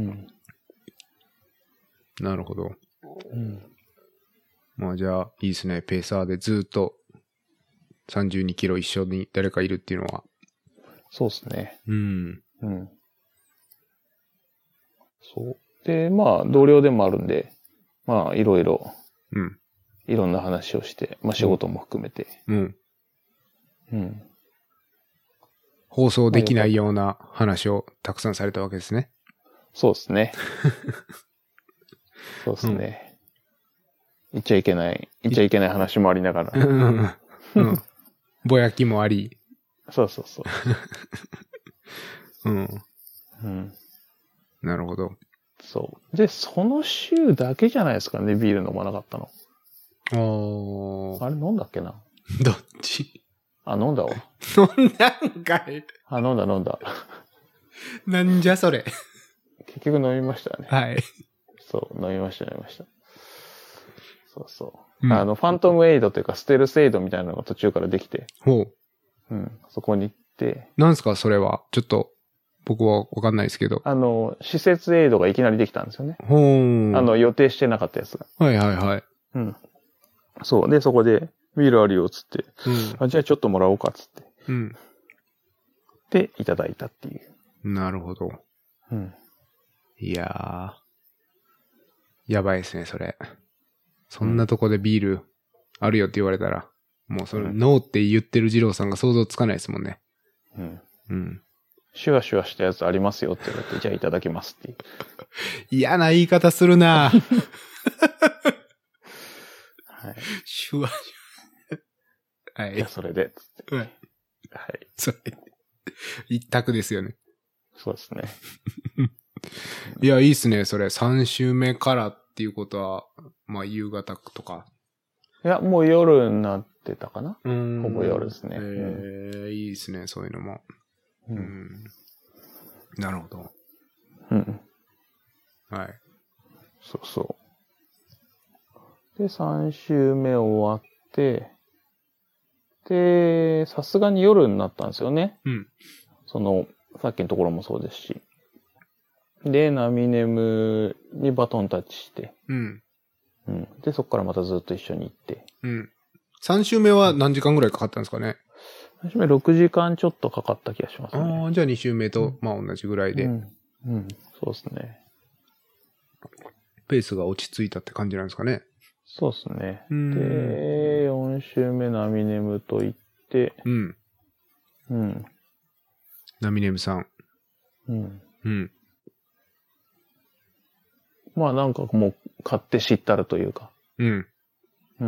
なるほど。 うん。 まあ、じゃあ、いいですね。ペーサーでずっとさんじゅうにキロ一緒に誰かいるっていうのは。 そうですね。 うん。 うん。そう。で、まあ、同僚でもあるんで、まあ、いろいろ、 うん。 いろんな話をして、まあ、仕事も含めて。 うん。 うん。 放送できないような話をたくさんされたわけですね。 そうですね。そうですね、うん。言っちゃいけない、言っちゃいけない話もありながら。うん。 うん。ぼやきもあり。 そうそうそう。 うん。 うん。 なるほど。 そう。で、その週だけじゃないですかね、ビール飲まなかったの。 ああ。あれ飲んだっけな？ どっち？ あ、飲んだわ。 飲んだんかい。 あ、飲んだ飲んだ。 なんじゃそれ。 結局飲みましたね。 はい。 そう、飲みました飲みました。そうそう。うん、あの、ファントムエイドというか、ステルスエイドみたいなのが途中からできて。 ほう。 うん、そこに行って。 なんすかそれは。ちょっと、僕はわかんないですけど。 あの、施設エイドがいきなりできたんですよね。 ほう。 あの、予定してなかったやつが。 はいはいはい。 うん。そう。で、そこで、ビールあるよ、つって。うん。あ、じゃあちょっともらおうか、つって。うん。で、いただいたっていう。 なるほど。うん。いやー。やばいですね、それ。そんなとこでビールあるよって言われたら、もうそれ、うん、ノーって言ってる二郎さんが想像つかないですもんね。うん。うん。 シュワシュワしたやつありますよって言われて、じゃあいただきますっていう。 嫌な言い方するなはい。シュワシュワ。はい。 じゃあそれで、つって。はい。はい。 それ、一択ですよね。 そうですね。 いや、いいっすね、それ。さん週目からっていうことは、まあ、夕方とか。 いや、もう夜になってたかな。うん。ほぼ夜ですね。 えー、うん、いいですね、そういうのも。うん。うん、なるほど。うん。はい。 そうそう。で、さん週目終わって、 で、さすがに夜になったんですよね。 うん。 その、さっきのところもそうですし。で、ナミネムにバトンタッチして。 うん。 うん。で、そこからまたずっと一緒に行って。 うん。さん週目は何時間ぐらいかかったんですかね？ さん週目ろくじかんちょっとかかった気がしますね。 ああ、じゃあに週目と、うん、まあ同じぐらいで。 うん。うん。そうですね。 ペースが落ち着いたって感じなんですかね？ そうですね。で、よん週目ナミネムと行って。 うん。 うん。 ナミネムさん。 うん。 うん。 まあなんかもう買って知ったるというか。 うん。 うん。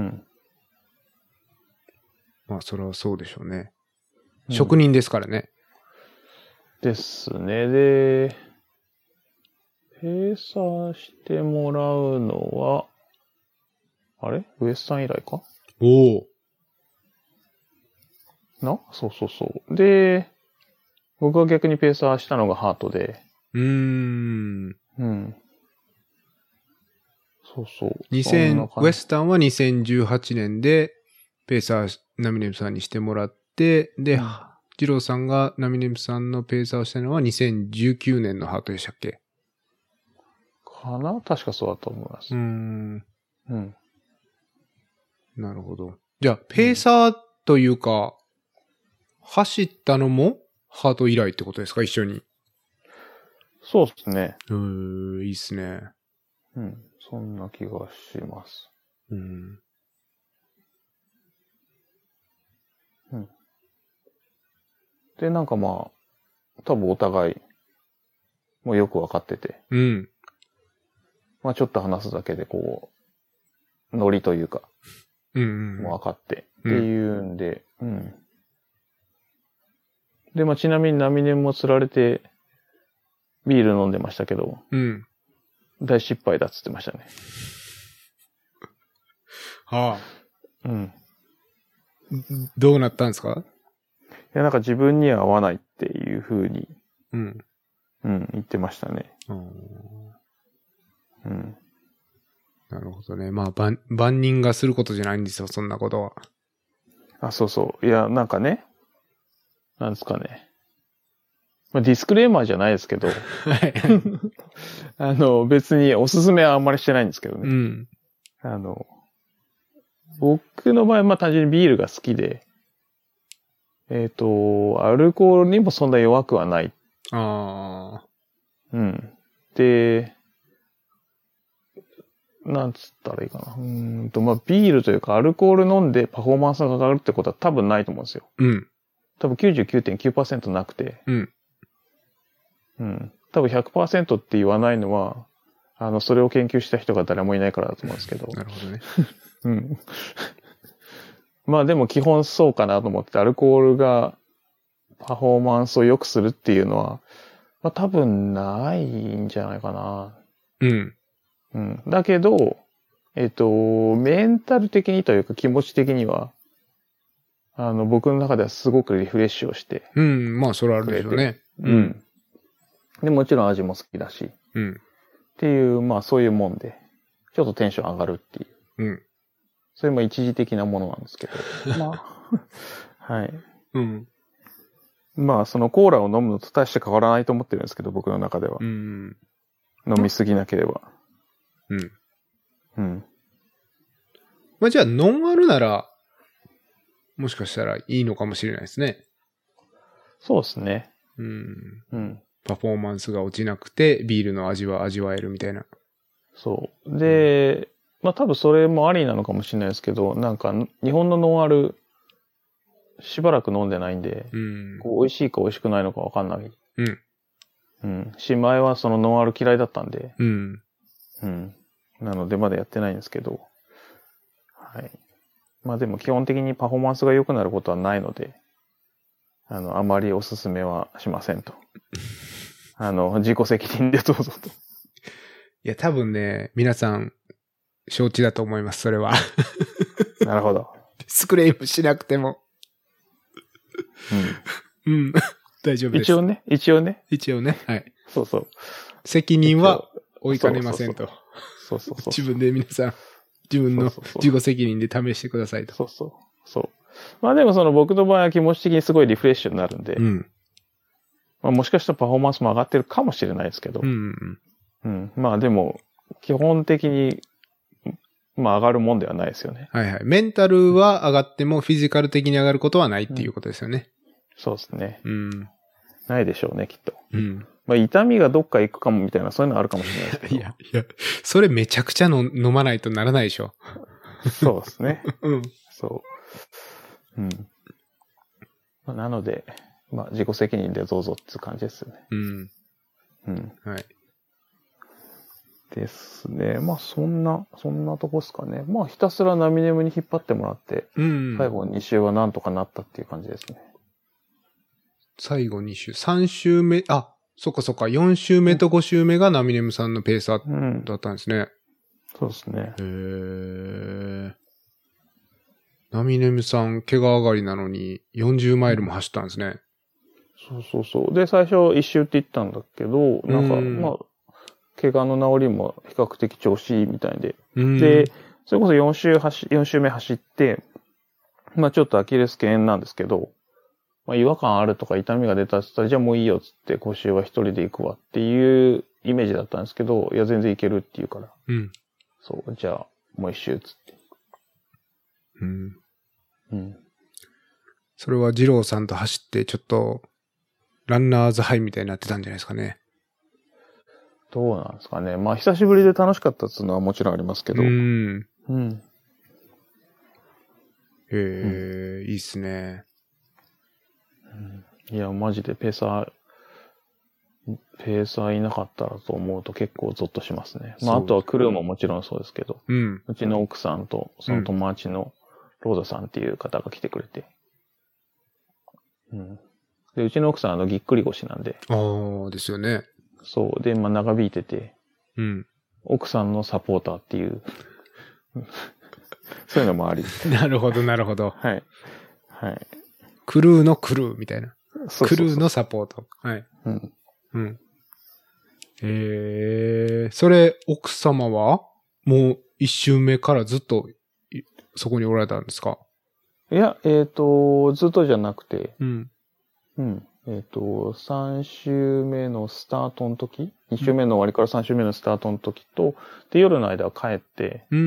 まあそれはそうでしょうね。うん、職人ですからね。 ですね。で、ペーサーしてもらうのは、あれウエスタン以来か？ おお。 なそうそうそう。で、僕は逆にペーサーしたのがハートで。 うーん。 うん。そうそう。 にせんウエスタンはにせんじゅうはちねんで、ペーサー、ナミネムさんにしてもらって、で、うん、ジローさんがナミネムさんのペーサーをしたのはにせんじゅうきゅうねんのハートでしたっけ？ かな？確かそうだと思います。 うーん。 うん。 なるほど。じゃあ、ペーサーというか、うん、走ったのもハート以来ってことですか？一緒に。 そうですね。 うーん、いいっすね。 うん。そんな気がします。 うん。 うん。で、なんかまあ、多分お互い、もうよくわかってて。 うん。 まあちょっと話すだけでこう、ノリというか、 うんうん、 もう分かって、っていうんで、うん。うん、で、まあちなみにナミネも釣られて、ビール飲んでましたけど、 うん。 大失敗だっつってましたね。 はあ。 うん。 どうなったんですか？ いや、なんか自分には合わないっていう風に、 うん。 うん、言ってましたね。 うん。 うん。 なるほどね。まあ、万、万人がすることじゃないんですよ、そんなことは。 あ、そうそう。いや、なんかね、なんですかね。まあ、ディスクレーマーじゃないですけど、はい。あの、別におすすめはあんまりしてないんですけどね。 うん。 あの、僕の場合はまあ単純にビールが好きで、えっと、アルコールにもそんな弱くはない。 ああ。 うん。で、なんつったらいいかな。うーんと、まあ、ビールというかアルコール飲んでパフォーマンスが上がるってことは多分ないと思うんですよ。 うん。 多分 きゅうじゅうきゅうてんきゅうパーセント なくて。 うん。 うん。多分 ひゃくパーセント って言わないのは、あの、それを研究した人が誰もいないからだと思うんですけど。 なるほどね。 うん。まあでも基本そうかなと思って、アルコールがパフォーマンスを良くするっていうのは、まあ多分ないんじゃないかな。 うん。 うん。だけど、えっと、メンタル的にというか気持ち的には、あの、僕の中ではすごくリフレッシュをして。 うん。まあ、それはあるでしょうね。 うん。うん。で、もちろん味も好きだし。 うん。 っていう、まあそういうもんで、ちょっとテンション上がるっていう。 うん。 それも一時的なものなんですけど。まあ、はい。 うん。 まあ、そのコーラを飲むのと大して変わらないと思ってるんですけど、僕の中では。 うん。 飲みすぎなければ。 うん。 うん。 まあじゃあ、ノンアルなら、もしかしたらいいのかもしれないですね。 そうですね。 うん。 うん。 パフォーマンスが落ちなくて、ビールの味は味わえるみたいな。 そう。で、うん、まあ多分それもありなのかもしれないですけど、なんか、日本のノンアル、しばらく飲んでないんで、 うん、 こう美味しいか美味しくないのかわかんない。 うん。 うん。し、前はそのノンアル嫌いだったんで、 うん。 うん。なのでまだやってないんですけど、はい。まあでも基本的にパフォーマンスが良くなることはないので、あの、あまりおすすめはしませんと。あの、自己責任でどうぞと。 いや、多分ね、皆さん、承知だと思います、それは。 なるほど。 ディスクレイムしなくても。うん。うん。大丈夫です。 一応ね、一応ね。 一応ね、はい。 そうそう。 責任は負いかねませんと。 そうそうそう。 自分で皆さん、自分の自己責任で試してくださいと。 そうそう。そう。 まあでもその僕の場合は気持ち的にすごいリフレッシュになるんで、うん、まあもしかしたらパフォーマンスも上がってるかもしれないですけど、うん、うん、まあでも基本的にまあ上がるもんではないですよね。 はいはい。メンタルは上がってもフィジカル的に上がることはないっていうことですよね。 うん、そうですね。うん。ないでしょうね、きっと。うん。まあ痛みがどっか行くかもみたいなそういうのあるかもしれないですけど。 いや、いや、それめちゃくちゃの飲まないとならないでしょ。 そうですね。うん。そう。うん。まあ、なので、まあ自己責任でどうぞっていう感じですよね。うん。うん。はい。ですね。まあそんな、そんなとこですかね。まあひたすらナミネムに引っ張ってもらって、うん、最後に週はなんとかなったっていう感じですね。 最後に週、さん週目、あ、そっかそっか、よん週目とご週目がナミネムさんのペーサーだったんですね。うん、 そうですね。 へー。ナミネムさん、怪我上がりなのによんじゅうマイルも走ったんですね。 そうそうそう。で、最初一周って言ったんだけど、なんか、まあ、怪我の治りも比較的調子いいみたいで。で、それこそよん週走、よん週目走って、まあちょっとアキレス腱なんですけど、まあ違和感あるとか痛みが出たって言ったら、じゃあもういいよっつって今週は一人で行くわっていうイメージだったんですけど、いや全然行けるって言うから。うん。そう、じゃあもう一周っつって。 うん。うん。それは二郎さんと走ってちょっと、ランナーズハイみたいになってたんじゃないですかね。 どうなんですかね。まあ久しぶりで楽しかったっていうのはもちろんありますけど。うん。うん。 へえ、うん、いいっすね。 いや、マジでペーサー、ペーサーいなかったらと思うと結構ゾッとしますね。まあ、あとはクルーももちろんそうですけど、うん、うちの奥さんとその友達のローザさんっていう方が来てくれて、うん。で、うちの奥さんあのぎっくり腰なんで。 ああ、ですよね。 そう。で、まあ長引いてて、うん。奥さんのサポーターっていう、そういうのもあり。 なるほど、なるほど。 はい。はい。 クルーのクルーみたいな。そうそうそうクルーのサポート。はい。うん。うん。えー、それ、奥様はもう一周目からずっとそこにおられたんですか？ いや、えっと、ずっとじゃなくて、うん。うん。えっと、さん週目のスタートの時、に週目の終わりからさん週目のスタートの時と、で、夜の間は帰って、うん。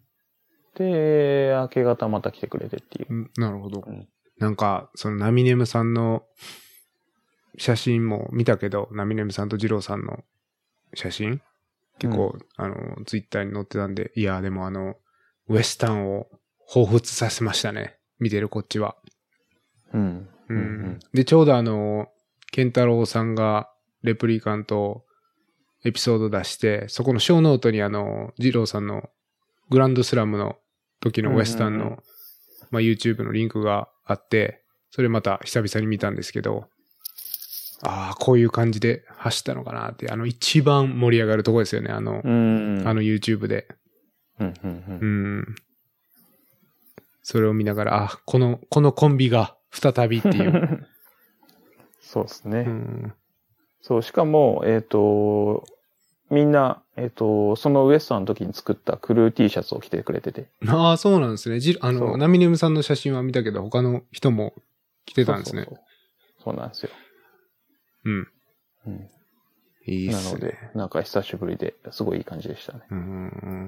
で、明け方また来てくれてっていう。 うん、なるほど。うん、なんか、そのナミネムさんの写真も見たけど、ナミネムさんとジローさんの写真結構、うん、あの、ツイッターに載ってたんで、いや、でもあの、ウエスタンを彷彿させましたね。見てるこっちは。うん。うんうん、で、ちょうどあの、ケンタロウさんがレプリカントエピソード出して、そこのショーノートにあの、ジローさんのグランドスラムの時のウエスタンの、うんうんうん、まあ、YouTube のリンクがあって、それまた久々に見たんですけど、ああ、こういう感じで走ったのかなって、あの一番盛り上がるとこですよね、あの、うんうん、あの YouTube で、うんうんうんうん。それを見ながら、あ、この、このコンビが再びっていう。 そうですね。うん、そう、しかも、えっと、みんな、えっと、そのウエスタンの時に作ったクルー T シャツを着てくれてて。 ああ、そうなんですね。じあの、ナミネムさんの写真は見たけど、他の人も着てたんですね。 そうそうそう。そうなんですよ。うん。うん。いいっすね。なので、なんか久しぶりですごいいい感じでしたね。うん。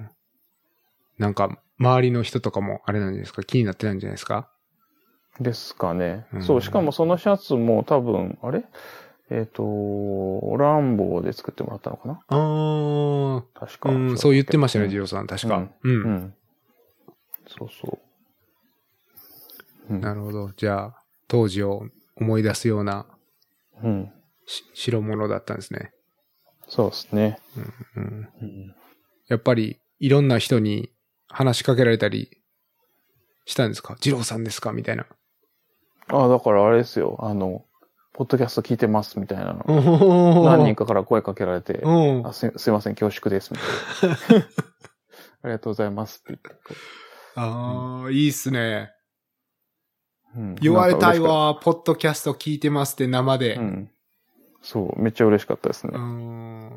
なんか、周りの人とかもあれなんですか、気になってないんじゃないですか？ ですかね。うん、そう、しかもそのシャツも多分、あれえっ、ー、と、ランボーで作ってもらったのかな？ああ。確か、うん。そう言ってましたね、ジローさん。確か。うん。うん。うん、 そうそう、 うん。なるほど。じゃあ、当時を思い出すような、うん。白物だったんですね。 そうですね。 うんうんうん、やっぱり、いろんな人に話しかけられたりしたんですか？ジローさんですかみたいな。 ああ、だからあれですよ。あの、ポッドキャスト聞いてますみたいなの。何人かから声かけられて、あす、すいません、恐縮ですみたいな。ありがとうございますって言って。 ああ、うん、いいっすね。うん、言われたいわ、ポッドキャスト聞いてますって生で。うん。 そう、めっちゃ嬉しかったですね。 うん。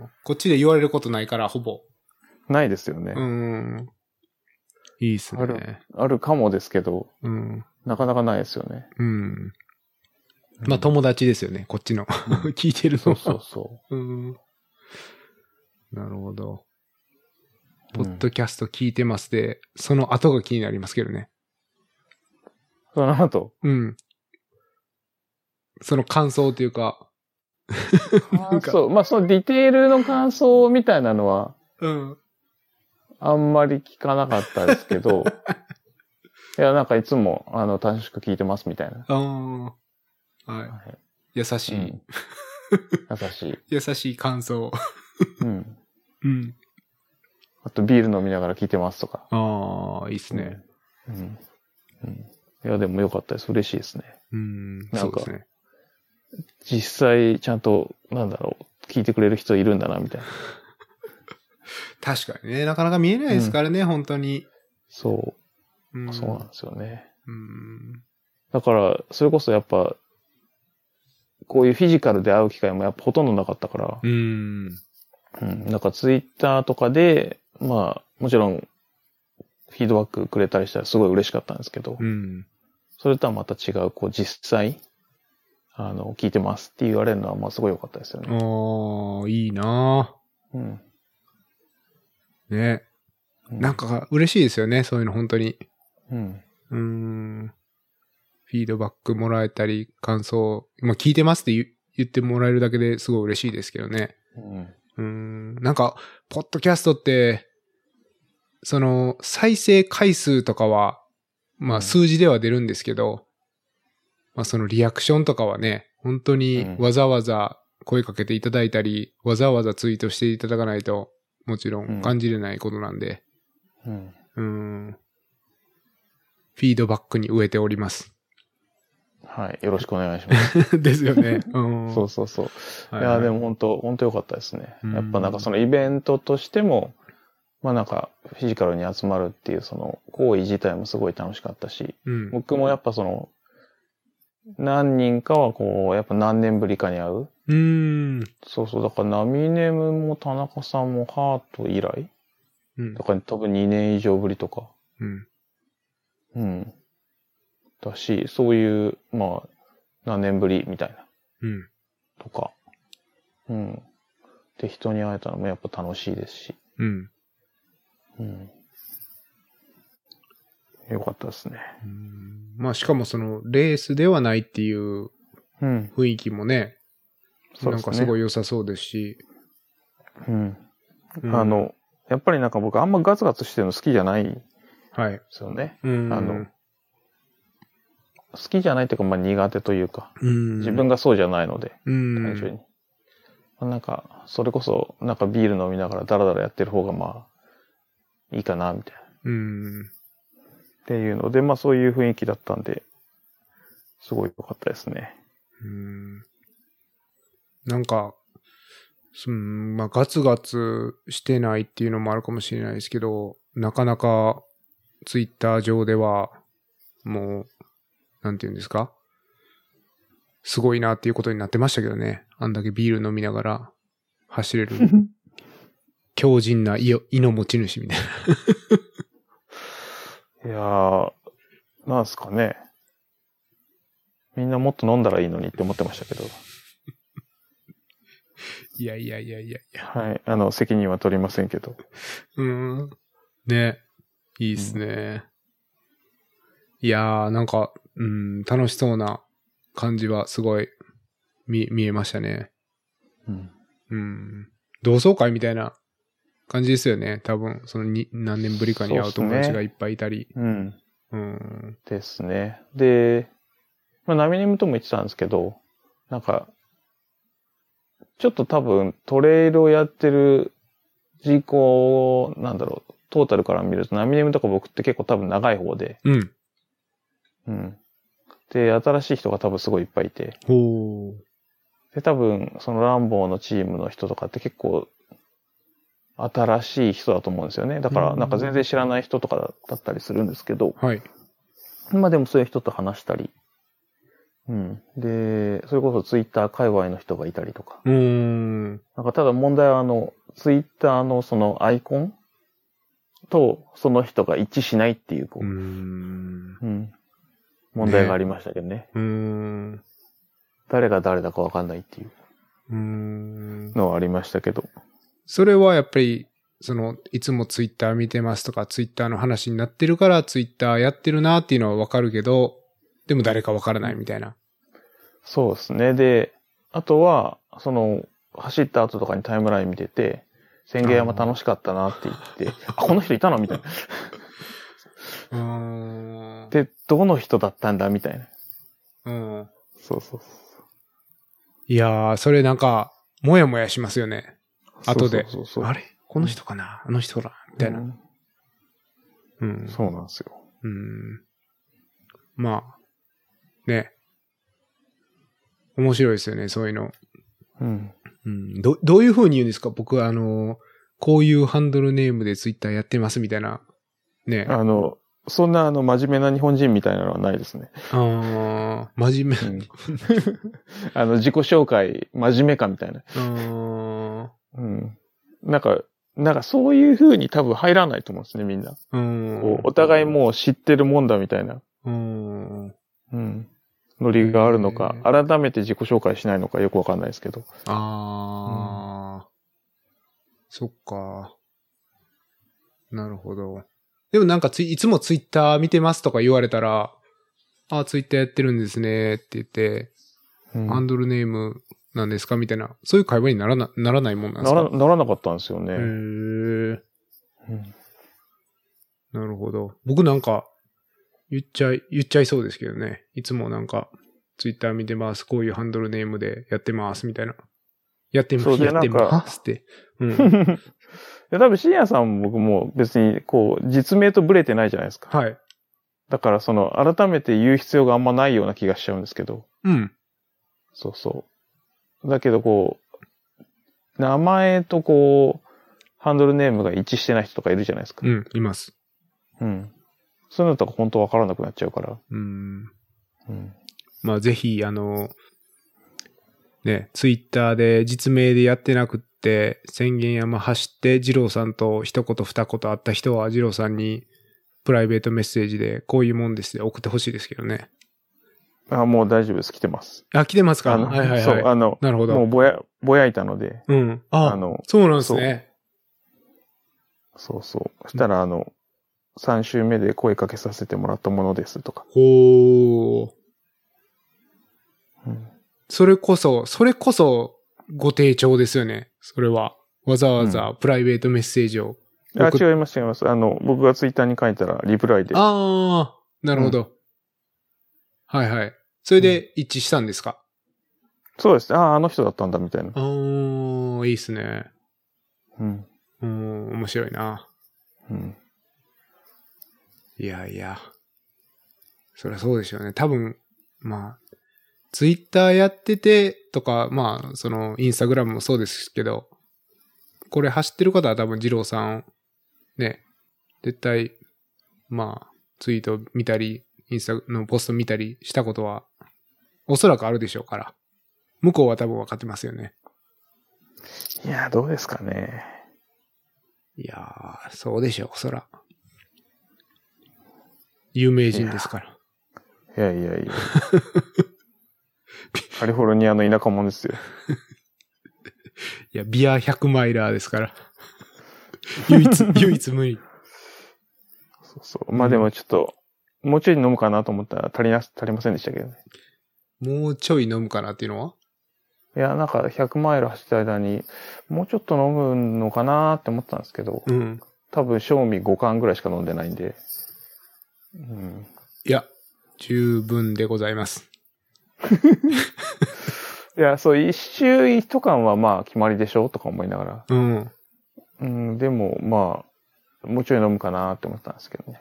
こっちで言われることないから、ほぼ。 ないですよね。 うん。いいっすね。 ある、あるかもですけど。うん。 なかなかないですよね。 うん。まあ友達ですよね、こっちの。聞いてるのは。 そうそうそう。うん、 なるほど。ポッドキャスト聞いてますで、その後が気になりますけどね。 その後うん。その感想というか。 感想。まあそのディテールの感想みたいなのは、うん。あんまり聞かなかったですけど、いや、なんかいつも、あの、楽しく聞いてますみたいな。ああ。はい。はい、優しい、うん。 優しい。 優しい感想。うん。 うん。あと、ビール飲みながら聞いてますとか。 ああ、いいっすね。うん。 うん。いや、でもよかったです。嬉しいですね。 うん。なんかそうですね。 実際、ちゃんと、なんだろう、聞いてくれる人いるんだな、みたいな。 確かにね、なかなか見えないですからね、うん、本当に。 そう、うん。そうなんですよね。うん。だから、それこそやっぱ、こういうフィジカルで会う機会もやっぱほとんどなかったから。うん。うん。なんかツイッターとかで、まあ、もちろん、フィードバックくれたりしたらすごい嬉しかったんですけど。うん。それとはまた違う、こう実際、あの、聞いてますって言われるのは、まあすごい良かったですよね。 ああ、いいなぁ。うん。ね。なんか嬉しいですよね、そういうの本当に。うん。うーん。フィードバックもらえたり、感想、まあ聞いてますって言言ってもらえるだけですごい嬉しいですけどね。うん。うーん。なんか、ポッドキャストって、その、再生回数とかは、まあ数字では出るんですけど、うん、まあそのリアクションとかはね、本当にわざわざ声かけていただいたり、わざわざツイートしていただかないと、もちろん感じれないことなんで、うん。うーん。フィードバックに植えております。 はい。よろしくお願いします。 ですよね。 うん、そうそうそう。はいはい、いや、でも本当、本当良かったですね。やっぱなんかそのイベントとしても、まあなんかフィジカルに集まるっていうその行為自体もすごい楽しかったし、うん、僕もやっぱその、何人かはこう、やっぱ何年ぶりかに会う。うん。そうそう。だからナミネムも田中さんもハート以来、うん。だから多分にねん以上ぶりとか。うん。うん。だし、そういう、まあ、何年ぶりみたいな。うん。とか。うん。で、人に会えたのもやっぱ楽しいですし。うん。うん。よかったですね。 うん、まあ、しかもその、レースではないっていう雰囲気もね、うん、なんかすごい良さそうですし。 ううん、うん。あの、やっぱりなんか僕あんまガツガツしてるの好きじゃないですよね。はい。うん。あの、好きじゃないっていうか、まあ苦手というか、うん、自分がそうじゃないので、うん、単純に。まあ、なんか、それこそ、なんかビール飲みながらダラダラやってる方がまあ、いいかな、みたいな。うん。っていうので、まあそういう雰囲気だったんで、すごい良かったですね。 うん。なんか、うん、まあガツガツしてないっていうのもあるかもしれないですけど、なかなかツイッター上では、もう、なんていうんですか？すごいなっていうことになってましたけどね。あんだけビール飲みながら走れる。強靭な胃の持ち主みたいな。いやー、なんすかね。みんなもっと飲んだらいいのにって思ってましたけど。 いやいやいやいやいや。 はい。あの、責任は取りませんけど。 うーん。ね。いいっすね。うん、いやー、なんか、うん、楽しそうな感じはすごい見、見えましたね。うん。うん。同窓会みたいな感じですよね。多分、そのに何年ぶりかに会う友達がいっぱいいたり。うね、うん。 うん。ですね。で、まあ、ナミネムとも言ってたんですけど、なんか、ちょっと多分トレイルをやってる人口、なんだろう、トータルから見るとナミネムとか僕って結構多分長い方で。うん。うん。で、新しい人が多分すごいいっぱいいて。ほう。で、多分、そのランボーのチームの人とかって結構、新しい人だと思うんですよね。だから、なんか全然知らない人とかだったりするんですけど。はい。まあでもそういう人と話したり。うん。で、それこそツイッター界隈の人がいたりとか。うん。なんかただ問題はあの、ツイッターのそのアイコンとその人が一致しないっていう、こう。うん。うん。 問題がありましたけどね。 ねうーん。 誰が誰だかわかんないっていううーんのはありましたけど。 それはやっぱり、その、いつもツイッター見てますとか、ツイッターの話になってるから、ツイッターやってるなっていうのはわかるけど、でも誰かわからないみたいな。 そうですね。で、あとは、その、走った後とかにタイムライン見てて、千軒山楽しかったなって言って、あ, あ、この人いたのみたいな。 うーんで、どの人だったんだみたいな。 うん。 そうそうそう。 いやー、それなんか、もやもやしますよね。後で。 そうそうそうそうあれこの人かな、うん、あの人かみたいな、うん。 うん。そうなんですよ。 うん。まあ、ね。面白いですよね、そういうの。 うん。 うん、ど、どういう風に言うんですか？僕はあの、こういうハンドルネームでツイッターやってますみたいな。ね。 あの、そんなあの、真面目な日本人みたいなのはないですね。 ああ、真面目、うん。 あの、自己紹介、真面目かみたいな。 あうん。なんか、なんかそういう風に多分入らないと思うんですね、みんな。 うん。 こうお互いもう知ってるもんだみたいな。 うん。 うん。ノリがあるのか、改めて自己紹介しないのかよくわかんないですけど。 ああ、うん、そっか。なるほど。でもなんかつい、いつもツイッター見てますとか言われたら、ああ、ツイッターやってるんですねって言って、うん、ハンドルネームなんですかみたいな、そういう会話にならな、ならないもんなんですか？ なら、ならなかったんですよね。へえ、うん。 なるほど。僕なんか、言っちゃい、言っちゃいそうですけどね。いつもなんか、ツイッター見てます。こういうハンドルネームでやってますみたいな。やってます。やってますって。うん。いや、多分、深夜さんも僕も別に、こう、実名とブレてないじゃないですか。 はい。 だから、その、改めて言う必要があんまないような気がしちゃうんですけど。 うん。 そうそう。だけど、こう、名前とこう、ハンドルネームが一致してない人とかいるじゃないですか。 うん、います。 うん。そういうのとか本当わからなくなっちゃうから。 うん。うん。まあ、ぜひ、あの、ね、ツイッターで実名でやってなくって、千軒山走って、二郎さんと一言二言会った人は、二郎さんにプライベートメッセージで、こういうもんですで送ってほしいですけどね。 あ、もう大丈夫です。来てます。 あ、来てますか？ あの、 はいはいはい。 そう、あの、 なるほど。 もうぼや、ぼやいたので。 うん。あ、あの、そうなんですね。 そうそう。そしたら、あの、三週目で声かけさせてもらったものですとか。 ほー。 うん、 それこそ、それこそご提聴ですよね。それは。わざわざプライベートメッセージを、 うん。あ、違います違います。あの、僕がツイッターに書いたらリプライで。 ああ、なるほど、うん。はいはい。それで一致したんですか？ うん、そうです。ああ、あの人だったんだみたいな。 ああ、いいっすね。 うん。 うん、面白いな。 うん。 いやいや。そりゃそうでしょうね。多分、まあ、ツイッターやっててとか、まあ、その、インスタグラムもそうですけど、これ走ってる方は多分、二郎さん、ね、絶対、まあ、ツイート見たり、インスタのポスト見たりしたことは、おそらくあるでしょうから。向こうは多分分かってますよね。 いや、どうですかね。 いやー、そうでしょう、そら。有名人ですから。 いやいやいや。カリフォルニアの田舎者ですよ。 いや、ビアひゃくマイラーですから。唯一、唯一無二。 そうそう。まあでもちょっと、うん、もうちょい飲むかなと思ったら足りな、足りませんでしたけどね。 もうちょい飲むかなっていうのは？ いや、なんかひゃくマイル走った間に、もうちょっと飲むのかなって思ったんですけど、 うん。 多分、賞味ごかんぐらいしか飲んでないんで。うん、 いや、十分でございます。 いや、そう、一周一缶はまあ決まりでしょとか思いながら。 うん。 うん、でも、まあ、もうちょい飲むかなって思ったんですけどね。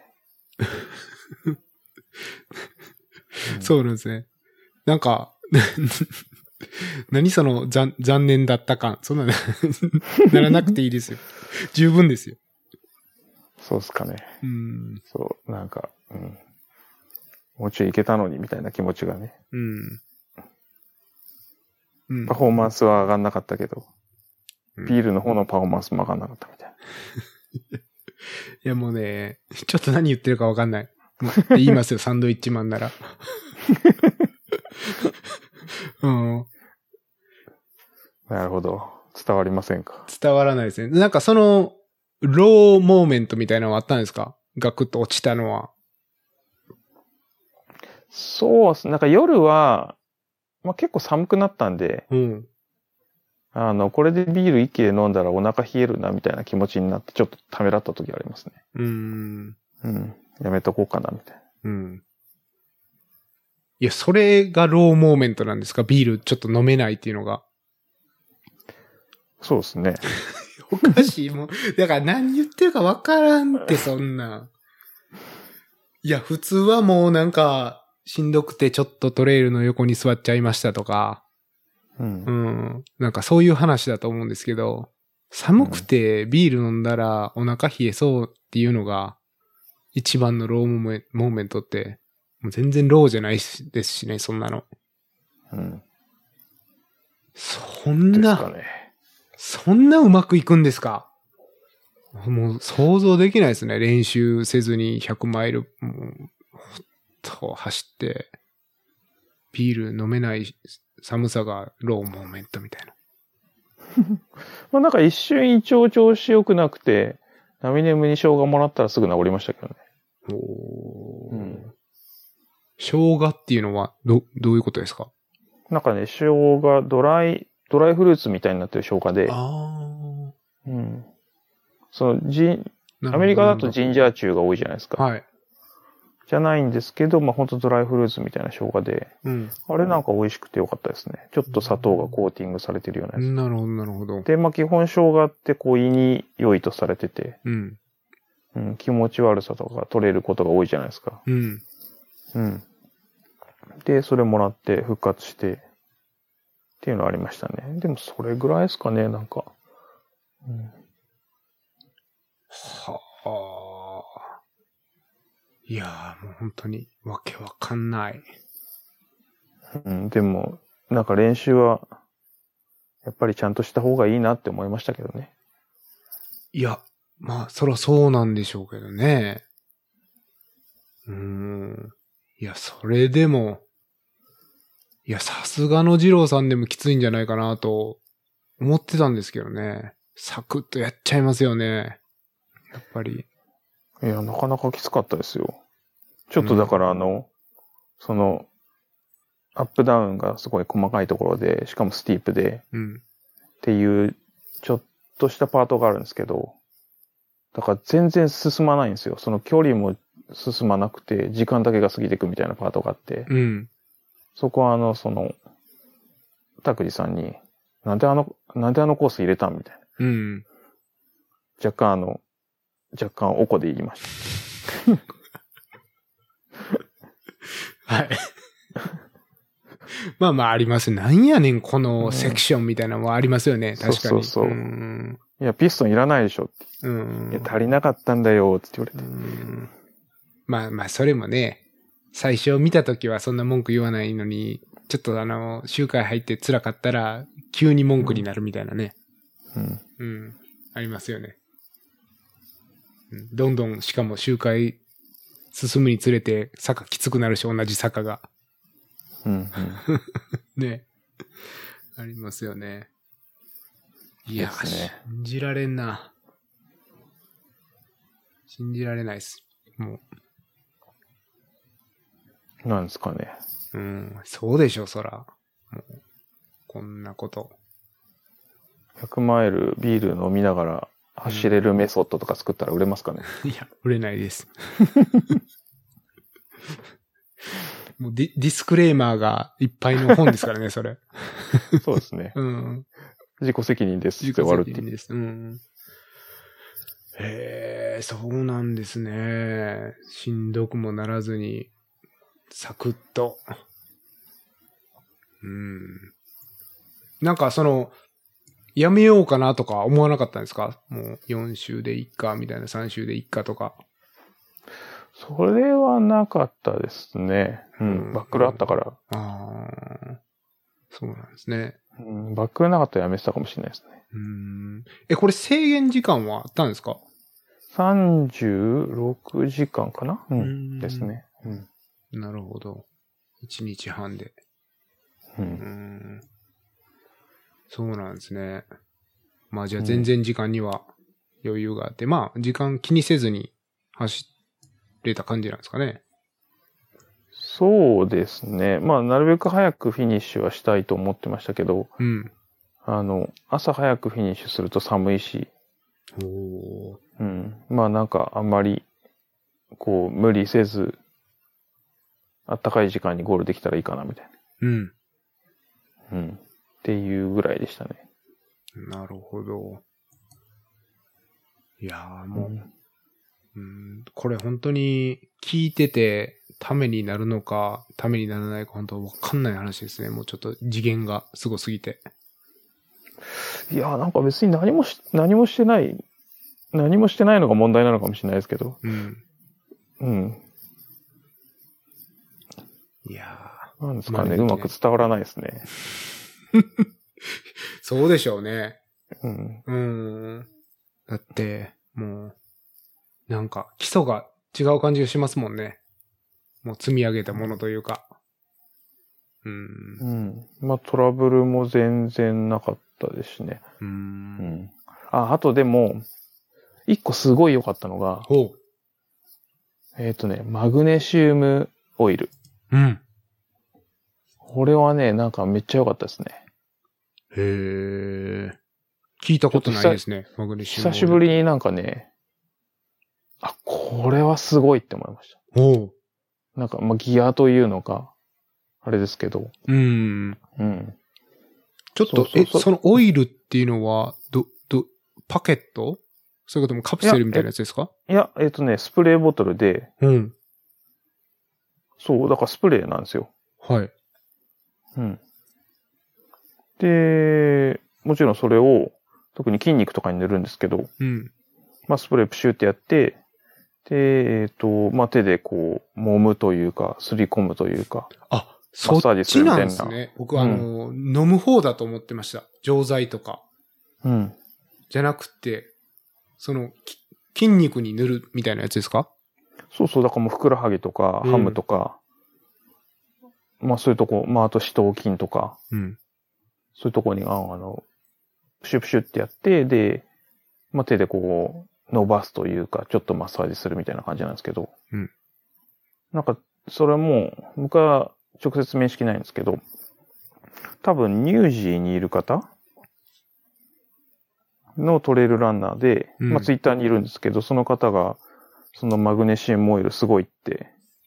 そうなんですね。なんか、何その残残念だった感。そんなならなくていいですよ。十分ですよ。 そうっすかね。 うん。 そう、なんか、うん。もうちょいいけたのにみたいな気持ちがね。 うん。 うん、パフォーマンスは上がんなかったけど、うん、ビールの方のパフォーマンスも上がんなかったみたいな。 いやもうね、ちょっと何言ってるかわかんない。 って言いますよ、サンドイッチマンなら。うん。 なるほど。伝わりませんか。 伝わらないですね。なんかその、ローモーメントみたいなのはあったんですか？ガクッと落ちたのは。 そうですね。なんか夜は、まあ、結構寒くなったんで、 うん。 あの、これでビール一気で飲んだらお腹冷えるなみたいな気持ちになってちょっとためらった時ありますね。 うーん。 うん。やめとこうかなみたいな。 うん。いや、それがローモーメントなんですか？ビールちょっと飲めないっていうのが。 そうですね。 おかしいもん。だから何言ってるかわからんって、そんな。いや、普通はもうなんか、しんどくてちょっとトレイルの横に座っちゃいましたとか、 うん。 うん。なんかそういう話だと思うんですけど、寒くてビール飲んだらお腹冷えそうっていうのが、一番のローモーメントって、もう全然ローじゃないですしね、そんなの。 うん。 そんな、 ですかね。 そんなうまくいくんですか？もう想像できないですね。練習せずにひゃくマイル、もう、ほっと走って、ビール飲めない寒さがローモーメントみたいな。 まあなんか一瞬胃腸調子良くなくて、ナミネムに生姜もらったらすぐ治りましたけどね。 おー。うん、生姜っていうのはど、どういうことですか？ なんかね、生姜、ドライ、ドライフルーツみたいになってる生姜で。 あー。うん。その、ジン、アメリカだとジンジャーチューが多いじゃないですか。 はい。 じゃないんですけど、まあ、ほんとドライフルーツみたいな生姜で、うん、あれなんか美味しくてよかったですね。ちょっと砂糖がコーティングされてるようなやつ。 なるほど、なるほど。 で、まあ、基本生姜ってこう胃に良いとされてて、 うん。 うん、気持ち悪さとか取れることが多いじゃないですか。 うん。 うん。で、それもらって復活して、っていうのありましたね。でもそれぐらいですかね、なんか。うん、 はあ。いやーもう本当にわけわかんない。 うん、でも、なんか練習は、やっぱりちゃんとした方がいいなって思いましたけどね。 いや、まあ、そらそうなんでしょうけどね。うーん。いや、それでも、いや、さすがの二郎さんでもきついんじゃないかなと思ってたんですけどね。サクッとやっちゃいますよね。やっぱり。 いや、なかなかきつかったですよ。ちょっとだからあの、うん、その、アップダウンがすごい細かいところで、しかもスティープで、うん、っていう、ちょっとしたパートがあるんですけど、だから全然進まないんですよ。その距離も進まなくて、時間だけが過ぎていくみたいなパートがあって、うん、そこはあの、その、拓司さんに、なんであの、なんであのコース入れたんみたいな。うん、若干あの、若干おこで言いました。 はい。まあまああります。なんやねん、このセクションみたいなのもありますよね。うん、確かに。 そうそうそう。うん、いや、ピストンいらないでしょって。うん、いや、足りなかったんだよって言われて。うん、 まあまあ、それもね、最初見たときはそんな文句言わないのに、ちょっとあの、集会入って辛かったら、急に文句になるみたいなね。うん。うん。ありますよね。うん、どんどん、しかも集会進むにつれて坂きつくなるし、同じ坂が。うんうん、ね。ありますよね。いや、ね、信じられんな。信じられないです。もう。なんですかね。 うん、そうでしょ、そら。もうこんなこと。 ひゃくマイルビール飲みながら走れるメソッドとか作ったら売れますかね。 うん、いや、売れないです。もうディ、ディスクレーマーがいっぱいの本ですからね、それ。 そうですね。うん。自己責任です。 自己責任です。うん。へえ、そうなんですね。しんどくもならずに、サクッと。うん。なんかその、やめようかなとか思わなかったんですか？もうよん週でいっかみたいな、さん週でいっかとか。 それはなかったですね。うん。バックルあったから。 うん、ああ。そうなんですね。 うん。バックルなかったらやめてたかもしれないですね。 うん。え、これ制限時間はあったんですか？ さんじゅうろくじかんかな、うん、うんですね、うん。 なるほど。いちにちはんで。うん。うんそうなんですね。まあじゃあ全然時間には余裕があって、うん、まあ時間気にせずに走れた感じなんですかね。 そうですね。まあなるべく早くフィニッシュはしたいと思ってましたけど、うん。あの、朝早くフィニッシュすると寒いし、おうん。まあなんかあんまり、こう無理せず、あったかい時間にゴールできたらいいかなみたいな。うん。うん。っていうぐらいでしたね。 なるほど。いやーもう、うんうん、これ本当に聞いててためになるのか、ためにならないか本当わかんない話ですね。もうちょっと次元がすごすぎて。 いやーなんか別に何もし、何もしてない、何もしてないのが問題なのかもしれないですけど。うん。うん。いやー。なんですかね、うまく伝わらないですね。 そうでしょうね。うん。うん。だって、もう、なんか基礎が違う感じがしますもんね。もう積み上げたものというか。 うん。うん。まあトラブルも全然なかったですしね。うん。うん。あ、あとでも、一個すごい良かったのが、ほう。えっとね、マグネシウムオイル。うん。これはね、なんかめっちゃ良かったですね。 へー。聞いたことないですね、マグネシウムオイル。 久しぶりになんかね、あ、これはすごいって思いました。おう。なんか、まあ、ギアというのか、あれですけど。うん。 うん。ちょっと、そうそうそうえ、そのオイルっていうのは、ど、ど、パケットそれともカプセルみたいなやつですか？ いや、えっとね、スプレーボトルで。うん。そう、だからスプレーなんですよ。はい。うん。で、もちろんそれを、特に筋肉とかに塗るんですけど、うん。まあ、スプレープシューってやって、で、えっと、まあ、手でこう、揉むというか、すり込むというか。 あ、そっちなんですね。僕は、あの、うん、飲む方だと思ってました。錠剤とか。うん。じゃなくて、その、筋肉に塗るみたいなやつですか？ そうそう、だからもうふくらはぎとか、うん、ハムとか、まあそういうとこ、まああと四頭筋とか、うん。そういうとこに、あの、プシュプシュってやって、で、まあ手でこう、伸ばすというか、ちょっとマッサージするみたいな感じなんですけど、うん。なんか、それも、僕は直接面識ないんですけど、多分、ニュージーにいる方のトレイルランナーで、うん、まあツイッターにいるんですけど、その方が、そのマグネシウムオイルすごいって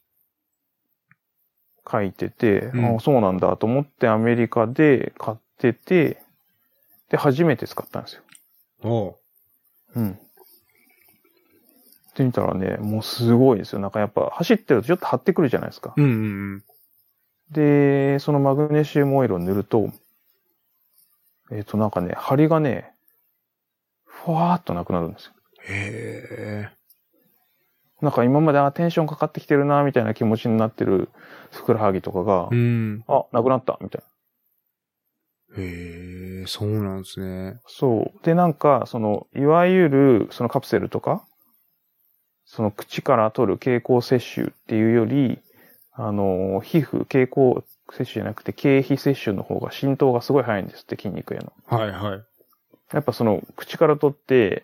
書いてて、うん、ああ、そうなんだと思ってアメリカで買ってて、で、初めて使ったんですよ。おう。うん。ってみたらね、もうすごいですよ。なんかやっぱ走ってるとちょっと張ってくるじゃないですか。うんうんうん。で、そのマグネシウムオイルを塗ると、えっとなんかね、張りがね、ふわーっとなくなるんですよ。へー。なんか今まであテンションかかってきてるなみたいな気持ちになってるふくらはぎとかが、うん、あ、なくなったみたいな。へえ、そうなんですね。 そう。で、なんか、その、いわゆる、そのカプセルとか、その口から取る経口摂取っていうより、あの、皮膚、経口摂取じゃなくて、経皮摂取の方が浸透がすごい早いんですって、筋肉への。はいはい。やっぱその、口から取って、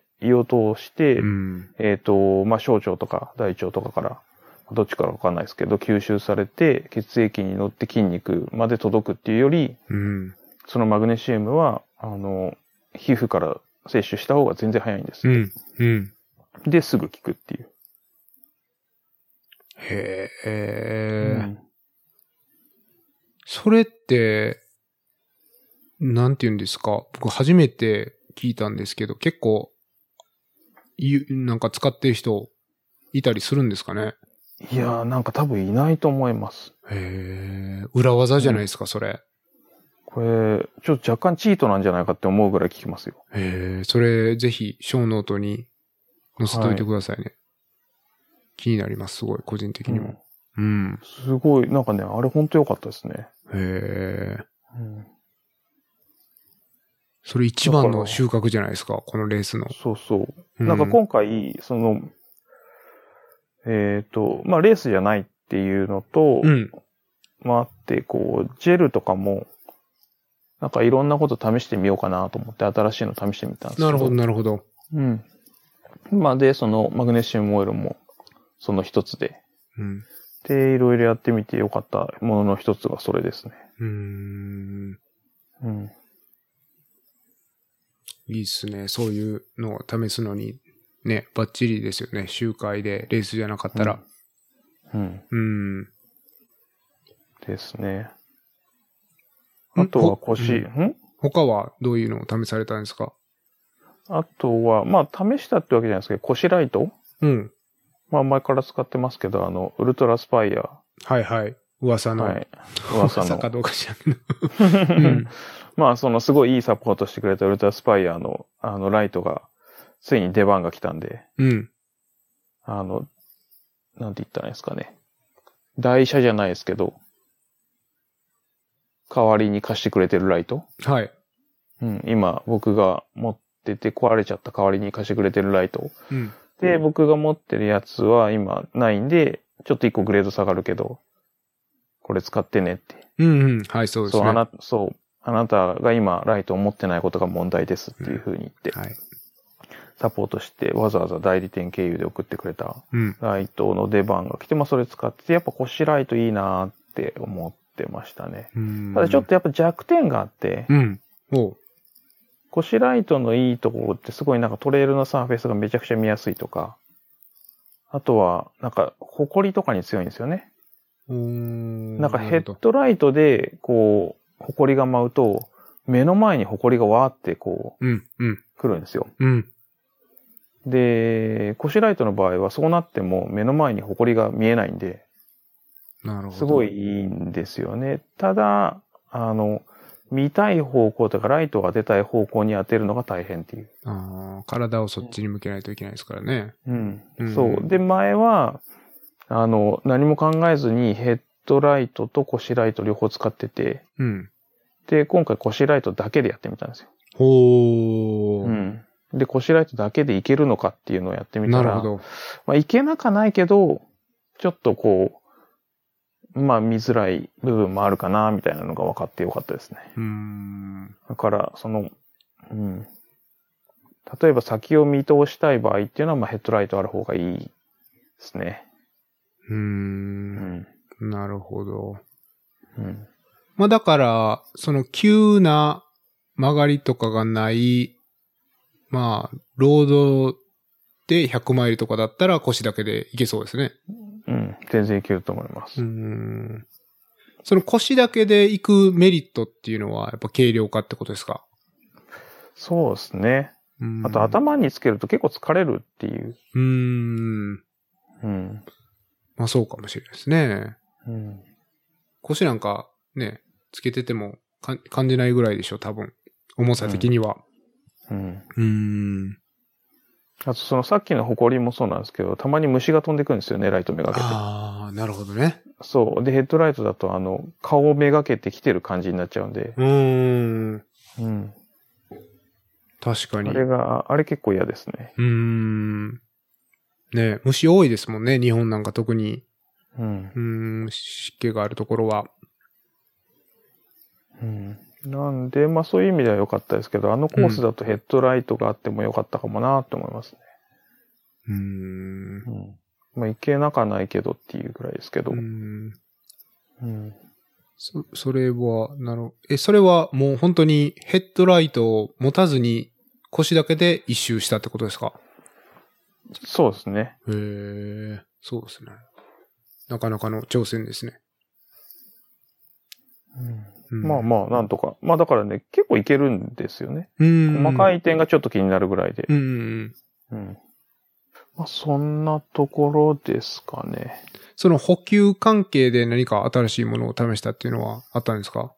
胃を通して、うん、えっと、まあ、小腸とか大腸とかから、どっちからわかんないですけど、吸収されて、血液に乗って筋肉まで届くっていうより、うん、そのマグネシウムは、あの、皮膚から摂取した方が全然早いんです。うんうん、で、すぐ効くっていう。 へえ、うん。それって、なんて言うんですか？僕初めて聞いたんですけど、結構、なんか使ってる人いたりするんですかね？ いやー、なんか多分いないと思います。 へー。裏技じゃないですか、うん、それ。 これ、ちょっと若干チートなんじゃないかって思うぐらい聞きますよ。 へー。それ、ぜひ、ショーノートに載せといてくださいね。はい、気になります、すごい、個人的にも。うん。うん、 すごい、なんかね、あれほんと良かったですね。 へー。うん、それ一番の収穫じゃないですか、このレースの。 そうそう。 なんか今回、その、えっと、まあ、レースじゃないっていうのと、うん、まあ、あって、こう、ジェルとかも、なんかいろんなこと試してみようかなと思って、新しいの試してみたんですけど。 なるほど、なるほど。 うん。まあ、で、その、マグネシウムオイルも、その一つで。うん。で、いろいろやってみてよかったものの一つがそれですね。うーん。 うん。いいっすね。そういうのを試すのに、ね、バッチリですよね。周回でレースじゃなかったら。うん。うん。うんですね。あとは腰、ん、 ん他はどういうのを試されたんですか？ あとは、まあ、試したってわけじゃないですけど、腰ライト？うん。まあ、前から使ってますけど、あの、ウルトラスパイア。 はいはい。噂の。はい。噂の。噂かどうか知らんけど。 うん、まあ、その、すごいいいサポートしてくれたウルトラスパイアの、あの、ライトが、ついに出番が来たんで。うん。あの、なんて言ったらいいですかね。台車じゃないですけど、代わりに貸してくれてるライト。はい。うん、今、僕が持ってて壊れちゃった代わりに貸してくれてるライト。うん。で、僕が持ってるやつは今ないんで、ちょっと一個グレード下がるけど、これ使ってねって。 うんうん。はい、そうですね。 そう、あな、そう、あなたが今ライトを持ってないことが問題ですっていう風に言って。うん、はい。サポートしてわざわざ代理店経由で送ってくれたライトの出番が来て、まあそれ使ってて、やっぱ腰ライトいいなーって思ってましたね。ただちょっとやっぱ弱点があって、うん。お腰ライトのいいところってすごいなんかトレイルのサーフェスがめちゃくちゃ見やすいとか、あとはなんか埃とかに強いんですよね。うーん。なんかヘッドライトでこう、埃が舞うと、目の前に埃がわーってこう、うんうん、来るんですよ。うん。で、腰ライトの場合はそうなっても目の前に埃が見えないんで、なるほど。すごいいいんですよね。ただ、あの、見たい方向とかライトが出たい方向に当てるのが大変っていう。 ああ、体をそっちに向けないといけないですからね。 うん。うん、そう。で、前は、あの、何も考えずにヘッドライトと腰ライト両方使ってて、うん。で、今回腰ライトだけでやってみたんですよ。ほー。うん。で、腰ライトだけでいけるのかっていうのをやってみたら、なるほど。まあ、いけなかないけど、ちょっとこう、まあ見づらい部分もあるかな、みたいなのが分かってよかったですね。うーん。だから、その、うん。例えば先を見通したい場合っていうのは、まあヘッドライトある方がいいですね。 うーん。うん、なるほど。うん。まあだから、その急な曲がりとかがない、まあ、ロードでひゃくマイルとかだったら腰だけでいけそうですね。 うん、全然いけると思います。うん。 その腰だけで行くメリットっていうのはやっぱ軽量化ってことですか？ そうですね。あと頭につけると結構疲れるっていう。うーん。 うん。まあそうかもしれないですね。うん。腰なんかね、つけててもか感じないぐらいでしょ、多分。重さ的には。うん。うーん。 あとそのさっきの埃もそうなんですけど、たまに虫が飛んでくるんですよね、ライトめがけて。 ああ、なるほどね。 そう。で、ヘッドライトだとあの、顔をめがけてきてる感じになっちゃうんで。うーん。うん。 確かに。 あれが、あれ結構嫌ですね。 うーん。ね、虫多いですもんね、日本なんか特に。うん。うーん、湿気があるところは。 うん。なんで、まあそういう意味では良かったですけど、あのコースだとヘッドライトがあっても良かったかもなって思いますね。うーん。うん。まあいけなかないけどっていうぐらいですけど。うーん。 うん。そ、それは、なるえ、それはもう本当にヘッドライトを持たずに腰だけで一周したってことですか？ そうですね。 へえ、そうですね。なかなかの挑戦ですね。 うん、まあまあ、なんとか。まあだからね、結構いけるんですよね。うん。細かい点がちょっと気になるぐらいで。うん。うん。まあそんなところですかね。 その補給関係で何か新しいものを試したっていうのはあったんですか？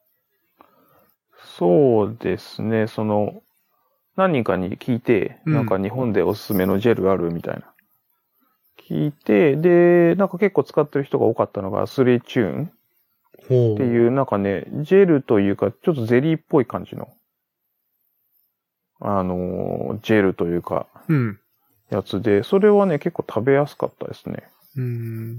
そうですね。その、何人かに聞いて、うん、なんか日本でおすすめのジェルあるみたいな。聞いて、で、なんか結構使ってる人が多かったのが、スリーチューンっていう、なんかね、ジェルというか、ちょっとゼリーっぽい感じの、あの、ジェルというか、うん、 やつで、それはね、結構食べやすかったですね。 うん。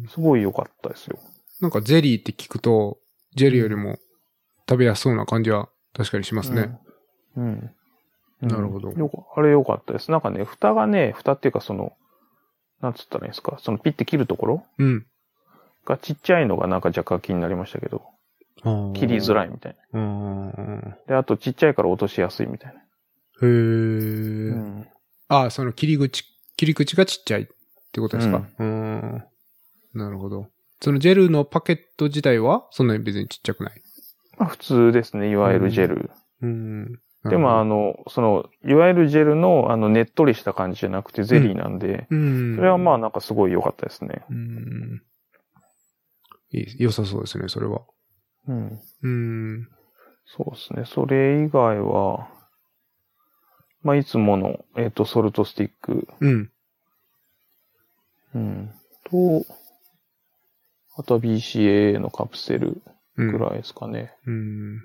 すごい良かったですよ。 なんかゼリーって聞くと、ジェリーよりも食べやすそうな感じは確かにしますね。 うん。うんなるほど。 よあれ良かったです。なんかね、蓋がね、蓋っていうかその、なんつったらいいんですか、そのピッて切るところうん。がちっちゃいのがなんか若干気になりましたけど、切りづらいみたいな。うん。で、あとちっちゃいから落としやすいみたいな。 へー。うん、ああ、その切り口、切り口がちっちゃいってことですか。うん。うんなるほど。そのジェルのパケット自体はそんなに別にちっちゃくない？ まあ普通ですね、いわゆるジェル。 うん。 うん、でもあの、その、いわゆるジェルのあの、ねっとりした感じじゃなくてゼリーなんで、うん、それはまあなんかすごい良かったですね。 うん。いい、良さそうですね、それは。 うん。 うん。 そうですね。それ以外は、まあいつもの、えっと、ソルトスティック。 うん。 うん。と、あとは ビーシーエー のカプセルぐらいですかね。 うん。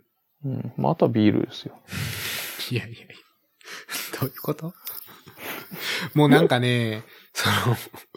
うん。まあ、あとはビールですよ。 いやいやいや。どういうこともうなんかね、その、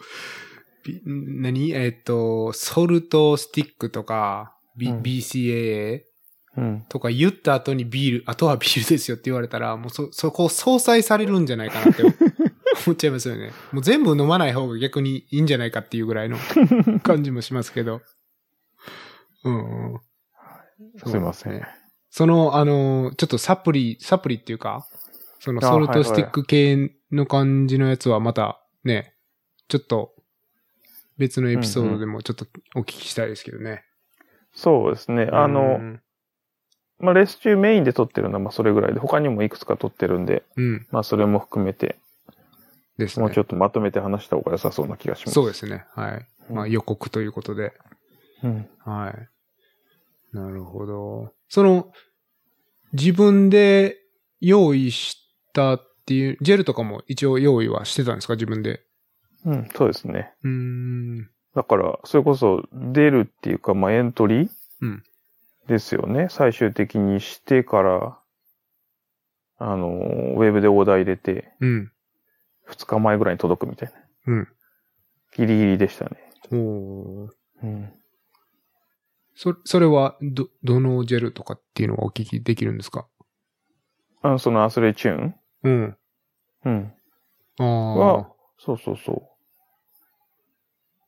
何えっと、ソルトスティックとか、B うん、ビーシーエー とか言った後にビール、あとはビールですよって言われたら、もうそ、そこを相殺されるんじゃないかなって思っちゃいますよね。もう全部飲まない方が逆にいいんじゃないかっていうぐらいの感じもしますけど。うん、うん。 すいません。 その、あの、ちょっとサプリ、サプリっていうか、そのソルトスティック系の感じのやつはまたね、ちょっと別のエピソードでもちょっとお聞きしたいですけどね。うんうん、 そうですね。あの、まあ、レース中メインで撮ってるのはまあそれぐらいで、他にもいくつか撮ってるんで、うん、まあそれも含めて、ですね。もうちょっとまとめて話した方が良さそうな気がします。 そうですね。はい。まあ予告ということで。 うん。 はい。なるほど。その、自分で用意したっていう、ジェルとかも一応用意はしてたんですか、自分で。 うん、そうですね。 うーん。 だから、それこそ出るっていうか、まあエントリーうん。 ですよね。最終的にしてから、あの、ウェブでオーダー入れて、 うん。 二日前ぐらいに届くみたいな。 うん。 ギリギリでしたね。 おー。 うん。 そ、それは、ど、どのジェルとかっていうのはお聞きできるんですか？ あの、そのアスレチューン？ うん。 うん。 ああ。 は、そうそうそう。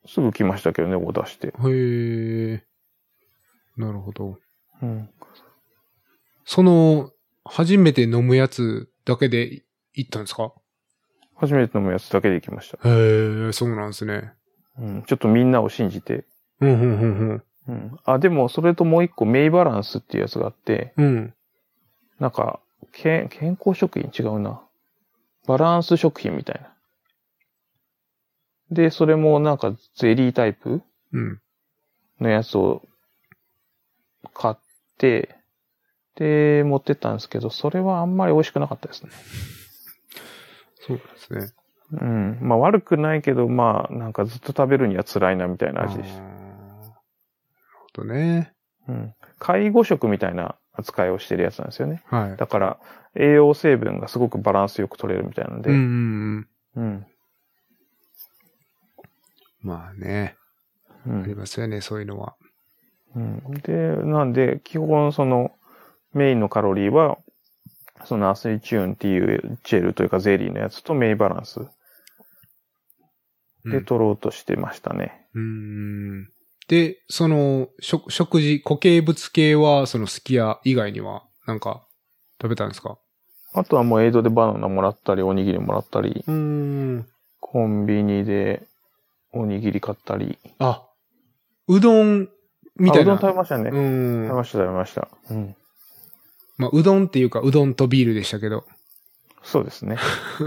すぐ来ましたけどね、オーダーして。 へえ。なるほど。 うん。 その、初めて飲むやつだけで行ったんですか？ 初めて飲むやつだけで行きました。 へえ、そうなんですね。 うん。ちょっとみんなを信じて。 うん、うん、うん、うん。 うん。あ、でも、それともう一個、メイバランスっていうやつがあって、 うん。 なんか、け、健康食品違うな。バランス食品みたいな。で、それもなんか、ゼリータイプのやつを買って、で、持ってったんですけど、それはあんまり美味しくなかったですね。 そうですね。 うん。まあ悪くないけど、まあなんかずっと食べるには辛いなみたいな味でした。なるほどね。 うん。介護食みたいな扱いをしてるやつなんですよね。 はい。 だから栄養成分がすごくバランスよく取れるみたいなんで。 うんうんうん。うん。 まあね。うん、ありますよね、そういうのは。 うん。で、なんで、基本その、メインのカロリーは、そのアスリチューンっていうジェルというかゼリーのやつとメイバランスで取ろうとしてましたね。 うん。うんで、その、食、食事、固形物系は、そのすき家以外には、なんか、食べたんですか？ あとはもうエイドでバナナもらったり、おにぎりもらったり、 うん。 コンビニでおにぎり買ったり。 あ、うどんみたいな。 うどん食べましたね。 うん。 食べました、食べました。うん。 まあ、うどんっていうか、うどんとビールでしたけど。 そうですね。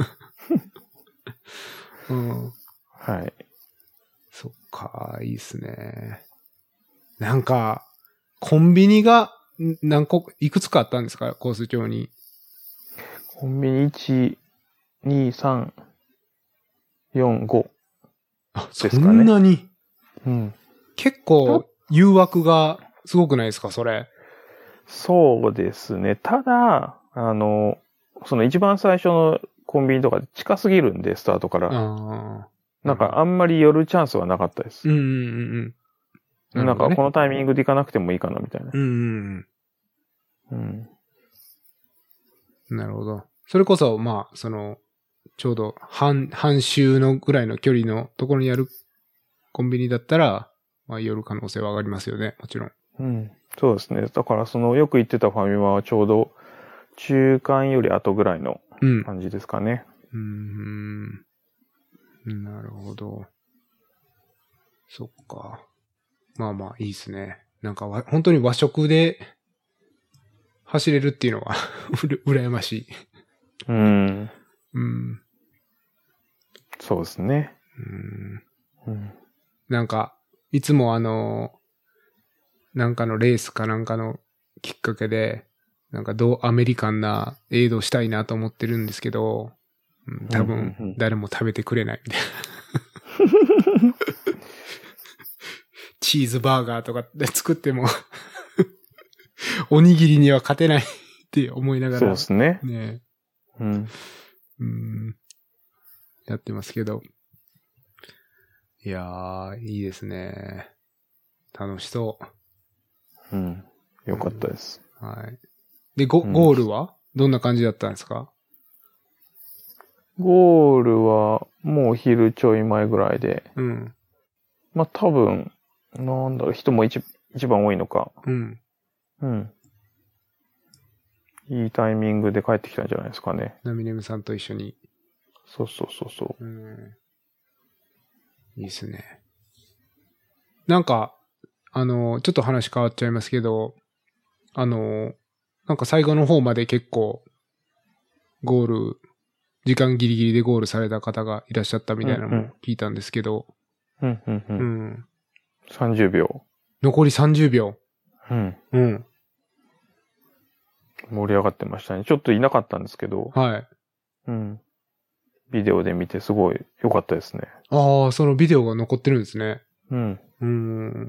うん。 はい。 そっか、いいっすね。なんか、コンビニが何個、いくつかあったんですか？コース上に。 コンビニいち、に、さん、よん、ご。 あ、そんなに。 うん。 結構、誘惑がすごくないですか、それ。 そうですね。ただ、あの、その一番最初のコンビニとか近すぎるんで、スタートから。あなんかあんまり寄るチャンスはなかったです。 うんうんうんうん。なんかこのタイミングで行かなくてもいいかなみたいな。 うんうんうん。 うん。なるほど。それこそ、まあ、その、ちょうど半、半周のぐらいの距離のところにあるコンビニだったら、まあ寄る可能性は上がりますよね、もちろん。 うん。そうですね。だからそのよく行ってたファミマはちょうど中間より後ぐらいの感じですかね。 うん。うーん。なるほど。そっか。まあまあ、いいですね。なんかわ、本当に和食で走れるっていうのは、うらやましい。 うん。 うん。 そうですね。 うん。うん。なんか、いつもあの、なんかのレースかなんかのきっかけで、なんかどうアメリカンなエイドしたいなと思ってるんですけど、うん、多分誰も食べてくれないみたいな。チーズバーガーとかで作ってもおにぎりには勝てないって思いながら。 そうですね。 ね。 うん。 うん。やってますけど。いやー、いいですね。楽しそう。 うん。よかったです。 うん、はい。で、ゴ、ゴールはどんな感じだったんですか？ ゴールはもう昼ちょい前ぐらいで。 うん。 まあ、多分、なんだろう、人も一、一番多いのか。 うん。 うん。いいタイミングで帰ってきたんじゃないですかね。 ナミネムさんと一緒に。 そうそうそうそう。 うん。いいっすね。なんか、あの、ちょっと話変わっちゃいますけど、あの、なんか最後の方まで結構、ゴール、時間ギリギリでゴールされた方がいらっしゃったみたいなのも聞いたんですけど、 うんうんうん。 うん。 さんじゅうびょう。残りさんじゅうびょう。うん。 うん。 盛り上がってましたね。ちょっといなかったんですけど。 はい。 うん。ビデオで見てすごい良かったですね。 ああ、そのビデオが残ってるんですね。 うん。 うん。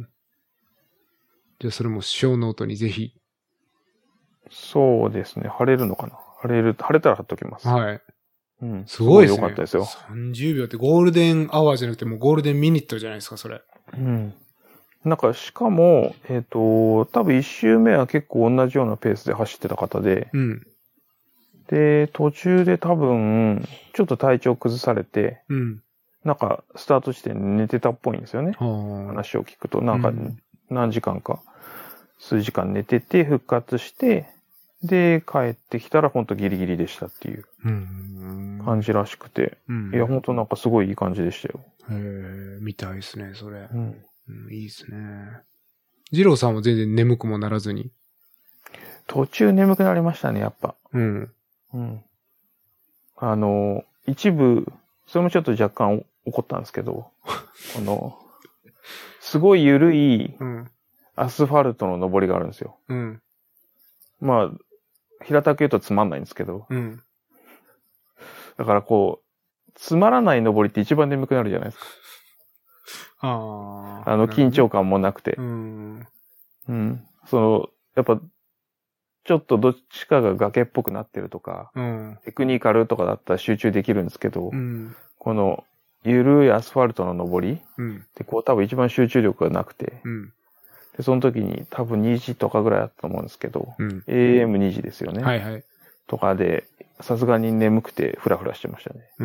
じゃあそれも小ノートにぜひ。 そうですね。晴れるのかな？晴れる、晴れたら貼っときます。 はい。 うん。 すごいですね。 良かったですよ。 さんじゅうびょうってゴールデンアワーじゃなくてもうゴールデンミニットじゃないですか、それ。 うん。なんか、しかも、えっと、多分一周目は結構同じようなペースで走ってた方で、 うん。 で、途中で多分、ちょっと体調崩されて、 うん。 なんか、スタート地点で寝てたっぽいんですよね。話を聞くと、なんか、何時間か、数時間寝てて、復活して、で、帰ってきたらほんとギリギリでしたっていう感じらしくて、うん、いや、ほんとなんかすごいいい感じでしたよ。 へえ、見たいですね、それ。 うんうん、いいですね。二郎さんは全然眠くもならずに。 途中眠くなりましたね、やっぱ。 うん。 うん。あの、一部、それもちょっと若干怒ったんですけど、この、すごい緩いアスファルトの登りがあるんですよ。 うん。 まあ、平たく言うとつまんないんですけど。 うん。 だからこう、つまらない登りって一番眠くなるじゃないですか。 ああ。あの、緊張感もなくて。 うん。 うん。その、やっぱ、ちょっとどっちかが崖っぽくなってるとか、 うん、 テクニカルとかだったら集中できるんですけど、 うん、 この、ゆるいアスファルトの登り、 うん、 で、こう多分一番集中力がなくて、 うん、 で、その時に多分にじとかぐらいだったと思うんですけど、 うん、 エーエムに 時ですよね。 はいはい。 とかで、さすがに眠くてフラフラしてましたね。 うん。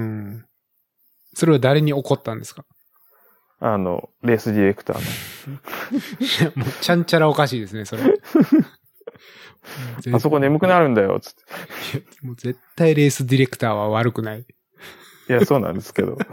それは誰に怒ったんですか？ あの、レースディレクターの。 いや、もうちゃんちゃらおかしいですね、それ。 あそこ眠くなるんだよ、つって。 いや、もう絶対レースディレクターは悪くない。 いや、そうなんですけど。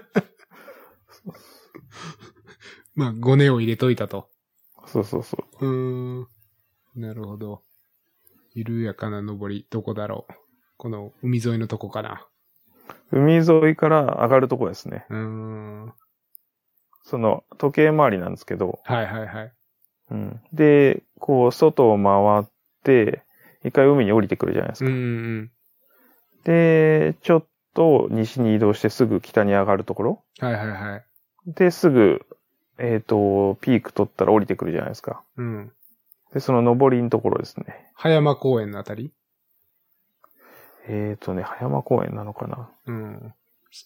まあ、ごねを入れといたと。 そうそうそう。 うーん。なるほど。緩やかな登り、どこだろう。この海沿いのとこかな。 海沿いから上がるとこですね。 うーん。 その、時計回りなんですけど。 はいはいはい。 うん。で、こう、外を回って、一回海に降りてくるじゃないですか。 うんうん。 で、ちょっと西に移動してすぐ北に上がるところ。 はいはいはい。 で、すぐ、えっと、ピーク取ったら降りてくるじゃないですか。 うん。 で、その上りのところですね。 葉山公園のあたり？ えっとね、葉山公園なのかな。 うん。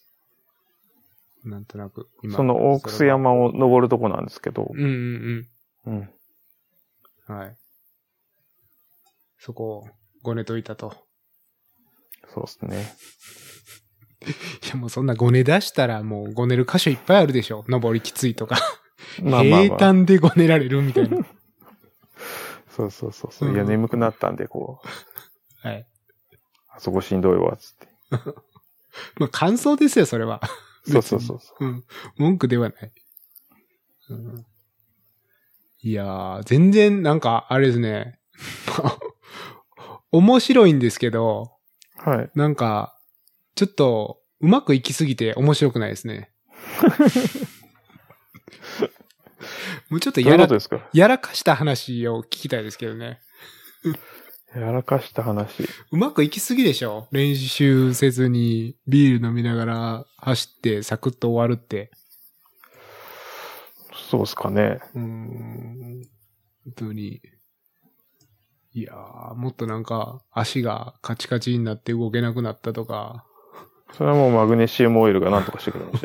なんとなく。 今その大楠山を登るとこなんですけど。 うんうんうん。 うん。はい。そこをごねといたと。 そうですね。 いやもうそんなごね出したらもうごねる箇所いっぱいあるでしょ。登りきついとか。まあまあまあ、平坦でごねられるみたいな。 そうそうそうそう。いや、眠くなったんで、こう。はい。 あそこしんどいわ、つって。 まあ感想ですよ、それは。 そうそうそうそう、 うん。文句ではない。うん、いやー、全然なんか、あれですね。面白いんですけど、 はい。 なんか、ちょっと、うまくいきすぎて面白くないですね。もうちょっとやら、 どういうことですか？ やらかした話を聞きたいですけどね。 やらかした話。 うまくいきすぎでしょ？練習せずにビール飲みながら走ってサクッと終わるって。 そうですかね。 うーん。本当に。いやー、もっとなんか足がカチカチになって動けなくなったとか。 それはもうマグネシウムオイルがなんとかしてくれました。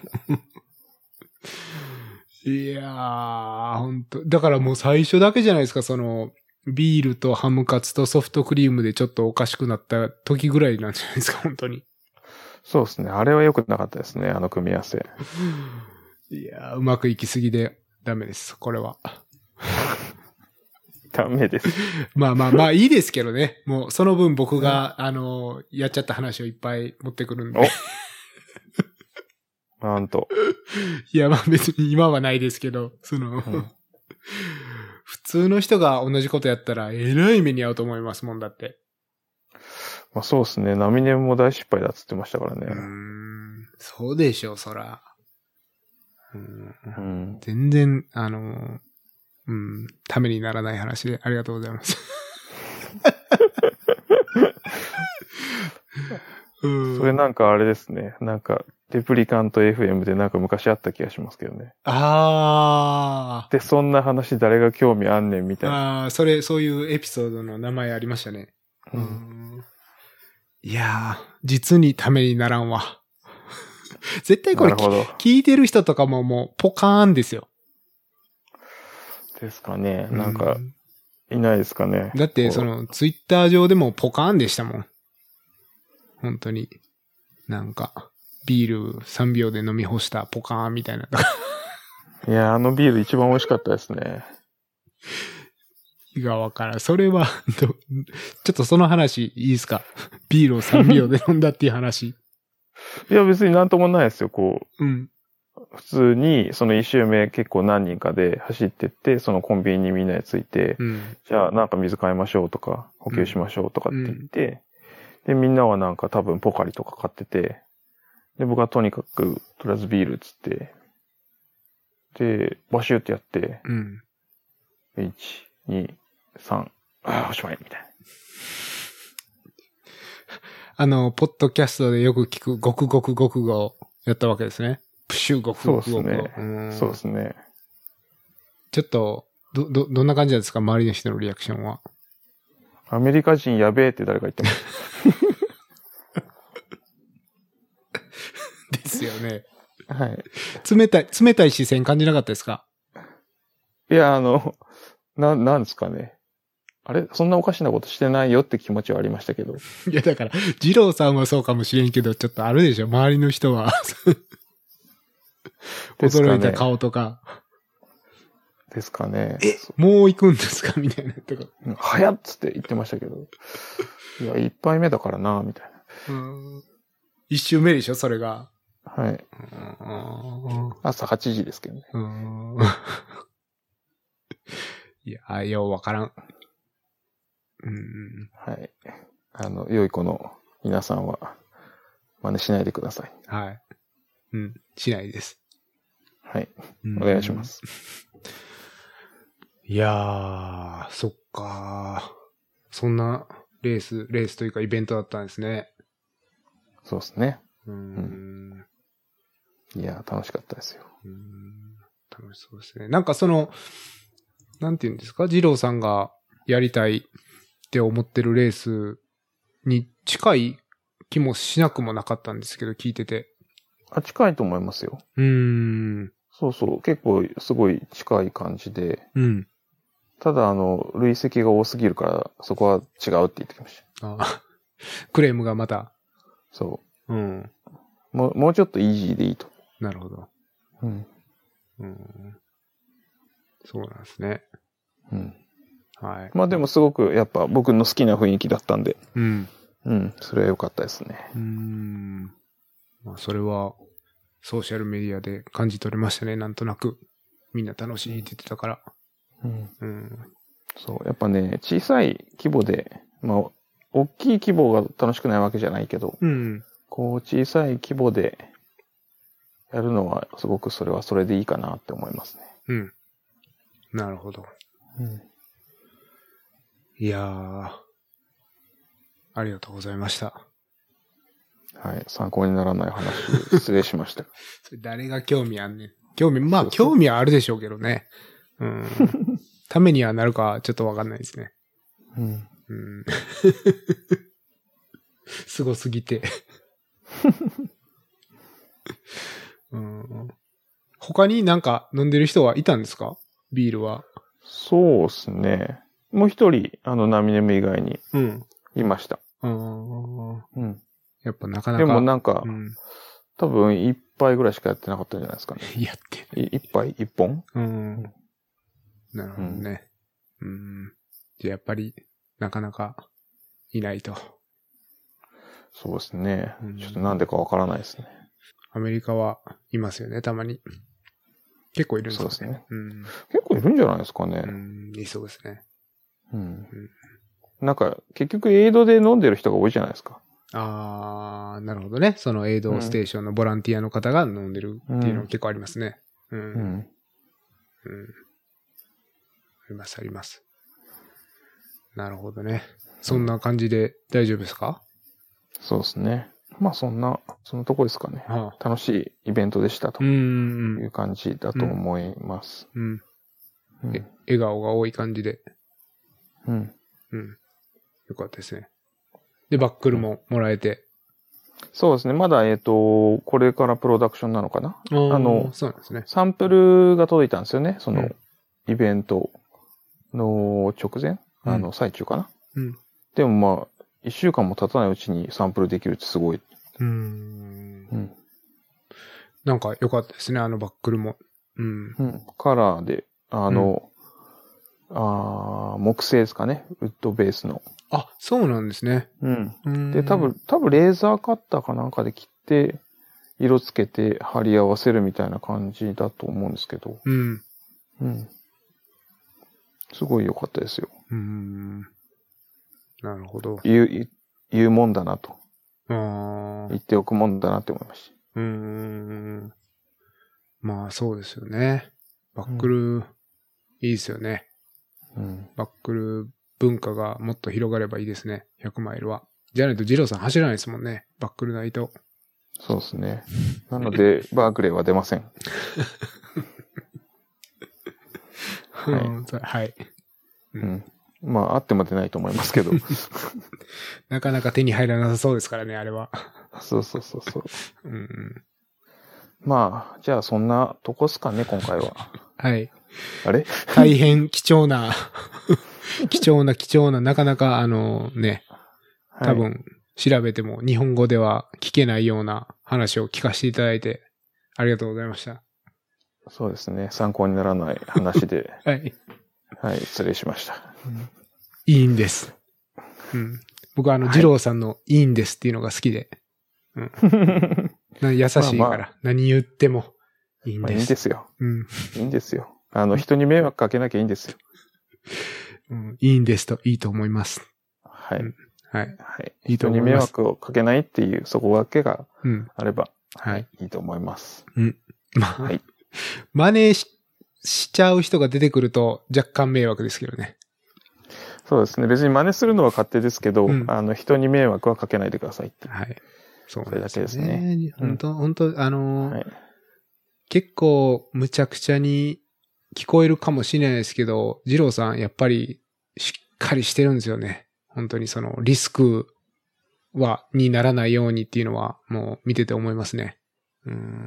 いやー、本当だからもう最初だけじゃないですか、その、ビールとハムカツとソフトクリームでちょっとおかしくなった時ぐらいなんじゃないですか、本当に。 そうですね。あれは良くなかったですね、あの組み合わせ。 いやー、うまくいきすぎでダメです、これは。 ダメです。 まあまあまあいいですけどね。もうその分僕が、あの、やっちゃった話をいっぱい持ってくるんで。 なんと。 いやまあ別に今はないですけど、その、うん、普通の人が同じことやったらえらい目に遭うと思いますもんだって。 まあそうですね。ナミネも大失敗だっつってましたからね。 うーん、そうでしょう、そら。うん、 うん、 全然、あの、うん、ためにならない話でありがとうございます。 うん、それなんかあれですね。なんか、レプリカント エフエム でなんか昔あった気がしますけどね。 ああ。 で、そんな話誰が興味あんねんみたいな。 ああ、それ、そういうエピソードの名前ありましたね。 うん、 いやー、実にためにならんわ。絶対これ聞いてる人とかももうポカーンですよ。 ですかね。なんか、いないですかね。 だってそのツイッター上でもポカーンでしたもん。本当に。なんか、ビールさんびょうで飲み干したポカーンみたいな。 いや、あのビール一番美味しかったですね。 いや、わからん。それはちょっとその話いいですか？ビールをさんびょうで飲んだっていう話。 いや、別になんともないですよ、こう。うん。 普通に、その一周目結構何人かで走ってって、そのコンビニにみんなでついて、うん、じゃあなんか水買いましょうとか、補給しましょうとかって言って、うん、で、みんなはなんか多分ポカリとか買ってて、で、僕はとにかく、とりあえずビールっつって、で、バシューってやって、うん、いち、に、さん、ああ、おしまい、みたいな。 あの、ポッドキャストでよく聞く、ごくごくごくごをやったわけですね。プシューごくごくごく。 そうですね。そうですね。 ちょっと、ど、ど、どんな感じなんですか？周りの人のリアクションは。 アメリカ人やべえって誰か言ってます。 ですよね。 はい。 冷たい、冷たい視線感じなかったですか？ いや、あの、な、なんですかね。あれそんなおかしなことしてないよって気持ちはありましたけど。 いや、だから、二郎さんはそうかもしれんけど、ちょっとあるでしょ？周りの人は。驚いた顔とか。 ですかね。 え、もう行くんですかみたいなとか。 早っつって言ってましたけど。いや、一杯目だからな、みたいな。 うん一周目でしょそれが。 はい。朝はちじですけどね。 うんいや、ようわからん。 うん、はい。あの、良い子の皆さんは、真似しないでください。 はい。うん、しないです。 はい。お願いします。 いやー、そっかー。そんなレース、レースというかイベントだったんですね。 そうですね。 うーん、 うん。いやー、楽しかったですよ。 うーん楽しそうですね。なんかその、なんていうんですか、二郎さんがやりたいって思ってるレースに近い気もしなくもなかったんですけど、聞いてて。 あ、近いと思いますよ。 うーん。 そうそう。結構すごい近い感じで。 うん。 ただ、あの、累積が多すぎるから、そこは違うって言ってきました。 ああ。クレームがまた。 そう。 うん。 もう、もうちょっとイージーでいいと。 なるほど。 うん。 うん。そうなんですね。 うん。 はい。 まあでもすごくやっぱ僕の好きな雰囲気だったんで。 うん。 うん。それは良かったですね。 うーん。まあそれはソーシャルメディアで感じ取れましたね。なんとなく。みんな楽しいって言ってたから。 うん。 うん。 そう。やっぱね、小さい規模で、まあ、大きい規模が楽しくないわけじゃないけど、 うん。 こう小さい規模でやるのはすごくそれはそれでいいかなって思いますね。 うん。なるほど。 うん。 いやー、ありがとうございました。 はい。参考にならない話、失礼しました。 それ誰が興味あんねん。興味、まあ、そうそう興味はあるでしょうけどね。うん。ためにはなるかちょっとわかんないですね。 うん。 うん。すごすぎて。うん。他になんか飲んでる人はいたんですか？ビールは。 そうですね。もう一人、あの、ナミネム以外に、いました。 うん。 うん。 やっぱなかなか。 でもなんか、 うん、 多分一杯ぐらいしかやってなかったんじゃないですかね。 やって。 一杯一本うん。なるほどね。うん。うん、じゃあやっぱり、なかなか、いないと。 そうですね。うん、ちょっとなんでかわからないですね。 アメリカはいますよね、たまに。結構いるんですかね。そうですね。うん、 結構いるんじゃないですかね。 うん、いそうですね。 うん。うん、なんか、結局エイドで飲んでる人が多いじゃないですか。 あー、なるほどね。そのエイドステーションのボランティアの方が飲んでるっていうの結構ありますね。うん。うん。うん、あります、あります。なるほどね。そんな感じで大丈夫ですか？ そうですね。まあそんな、そのとこですかね。はあ、楽しいイベントでしたという感じだと思います。 うん。うんうん、え笑顔が多い感じで。 うん。 うん。よかったですね。で、バックルももらえて。うん、 そうですね。まだ、えっと、これからプロダクションなのかな？ あの、そうなんですね。 サンプルが届いたんですよね。その、イベントの直前、うん、あの、最中かな。うん。でもまあ、一週間も経たないうちにサンプルできるってすごい。 うーん。うん。なんか良かったですね、あのバックルも。うん。 うん。カラーで、あの、うん、あ木製ですかね。ウッドベースの。 あ、そうなんですね。 うん。うんで、多分、多分レーザーカッターかなんかで切って、色つけて貼り合わせるみたいな感じだと思うんですけど。うん。うん。すごい良かったですよ。 うん。なるほど。 言う、言うもんだなと。 ああ。 言っておくもんだなって思いました。 うーん。まあそうですよね。バックル、うん、いいですよね。うん。バックル文化がもっと広がればいいですね。ひゃくマイルは。じゃないとジローさん走らないですもんね。バックルないと。 そうですね。なので、バークレーは出ません。 はい。はい。 うん。うんまあ、あっても出ないと思いますけど。 なかなか手に入らなさそうですからね、あれは。 そうそうそうそう。うんうん、まあ、じゃあそんなとこっすかね、今回は。 はい。 あれ大変貴重な、貴重な貴重な、なかなかあのね、多分、はい、調べても日本語では聞けないような話を聞かせていただいて、ありがとうございました。 そうですね。参考にならない話で。 はい。 はい、失礼しました。 うん、いいんです。うん。僕はあの、二郎さんのいいんですっていうのが好きで。うん。優しいから、まあまあ、何言ってもいいんです。まあ、 いいんですよ。 うん。 いいんですよ。あの、人に迷惑かけなきゃいいんですよ。 うん。いいんですと、いいと思います。 はい。うん、 はい。 はい。いいと思います。人に迷惑をかけないっていう、そこだけがあれば、 うん、はい。 いいと思います。 うん。まあ、はい。真似し、しちゃう人が出てくると若干迷惑ですけどね。 そうですね。別に真似するのは勝手ですけど、うん、あの、人に迷惑はかけないでくださいって。 はい。そうなんですね。それだけですね。 本当本当あのーはい、結構無茶苦茶に聞こえるかもしれないですけど、二郎さんやっぱりしっかりしてるんですよね。本当にそのリスクは、にならないようにっていうのは、もう見てて思いますね。うん。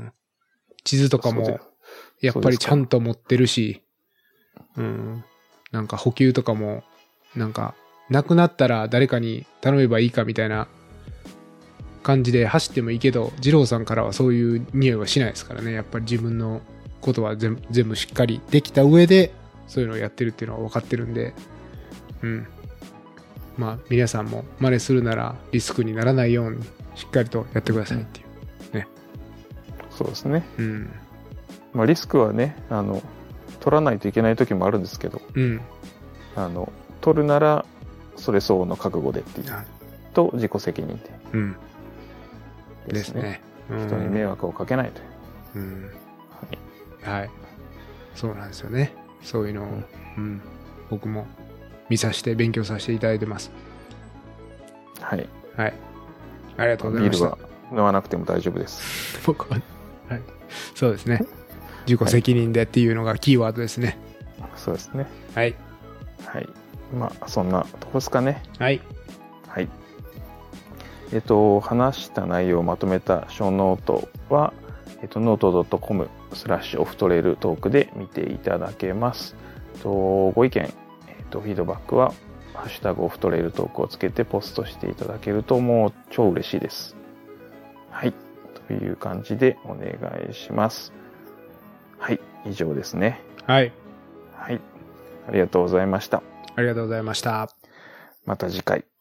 地図とかも、やっぱりちゃんと持ってるし、うん。なんか補給とかも、なんか、なくなったら誰かに頼めばいいかみたいな感じで走ってもいいけど、二郎さんからはそういう匂いはしないですからね。やっぱり自分のことは全部、全部しっかりできた上で、そういうのをやってるっていうのは分かってるんで、うん。まあ、皆さんも真似するならリスクにならないようにしっかりとやってくださいっていうね。 そうですね。 うん。 まあ、リスクはね、あの、取らないといけない時もあるんですけど、 うん。 あの、取るなら、それ相応の覚悟でっていう。と、自己責任で。 うん。 ですね。 ですね。 うん、人に迷惑をかけないという。 うん。はい。はい。そうなんですよね。そういうのを、うん、うん、僕も見させて勉強させていただいてます。 はい。 はい。ありがとうございました。 ビールは飲まなくても大丈夫です。 僕は、はい。そうですね。自己責任でっていうのがキーワードですね。 はい、そうですね。 はい。 はい。まあ、そんなとこですかね。 はい。 はい。えっと、話した内容をまとめた小ノートは、えっと、ノートドットコムスラッシュオフトレイルトークで見ていただけます。とご意見、えっと、フィードバックは、ハッシュタグオフトレイルトークをつけてポストしていただけるともう超嬉しいです。はい。という感じでお願いします。はい。以上ですね。 はい。 はい。ありがとうございました。 ありがとうございました。 また次回。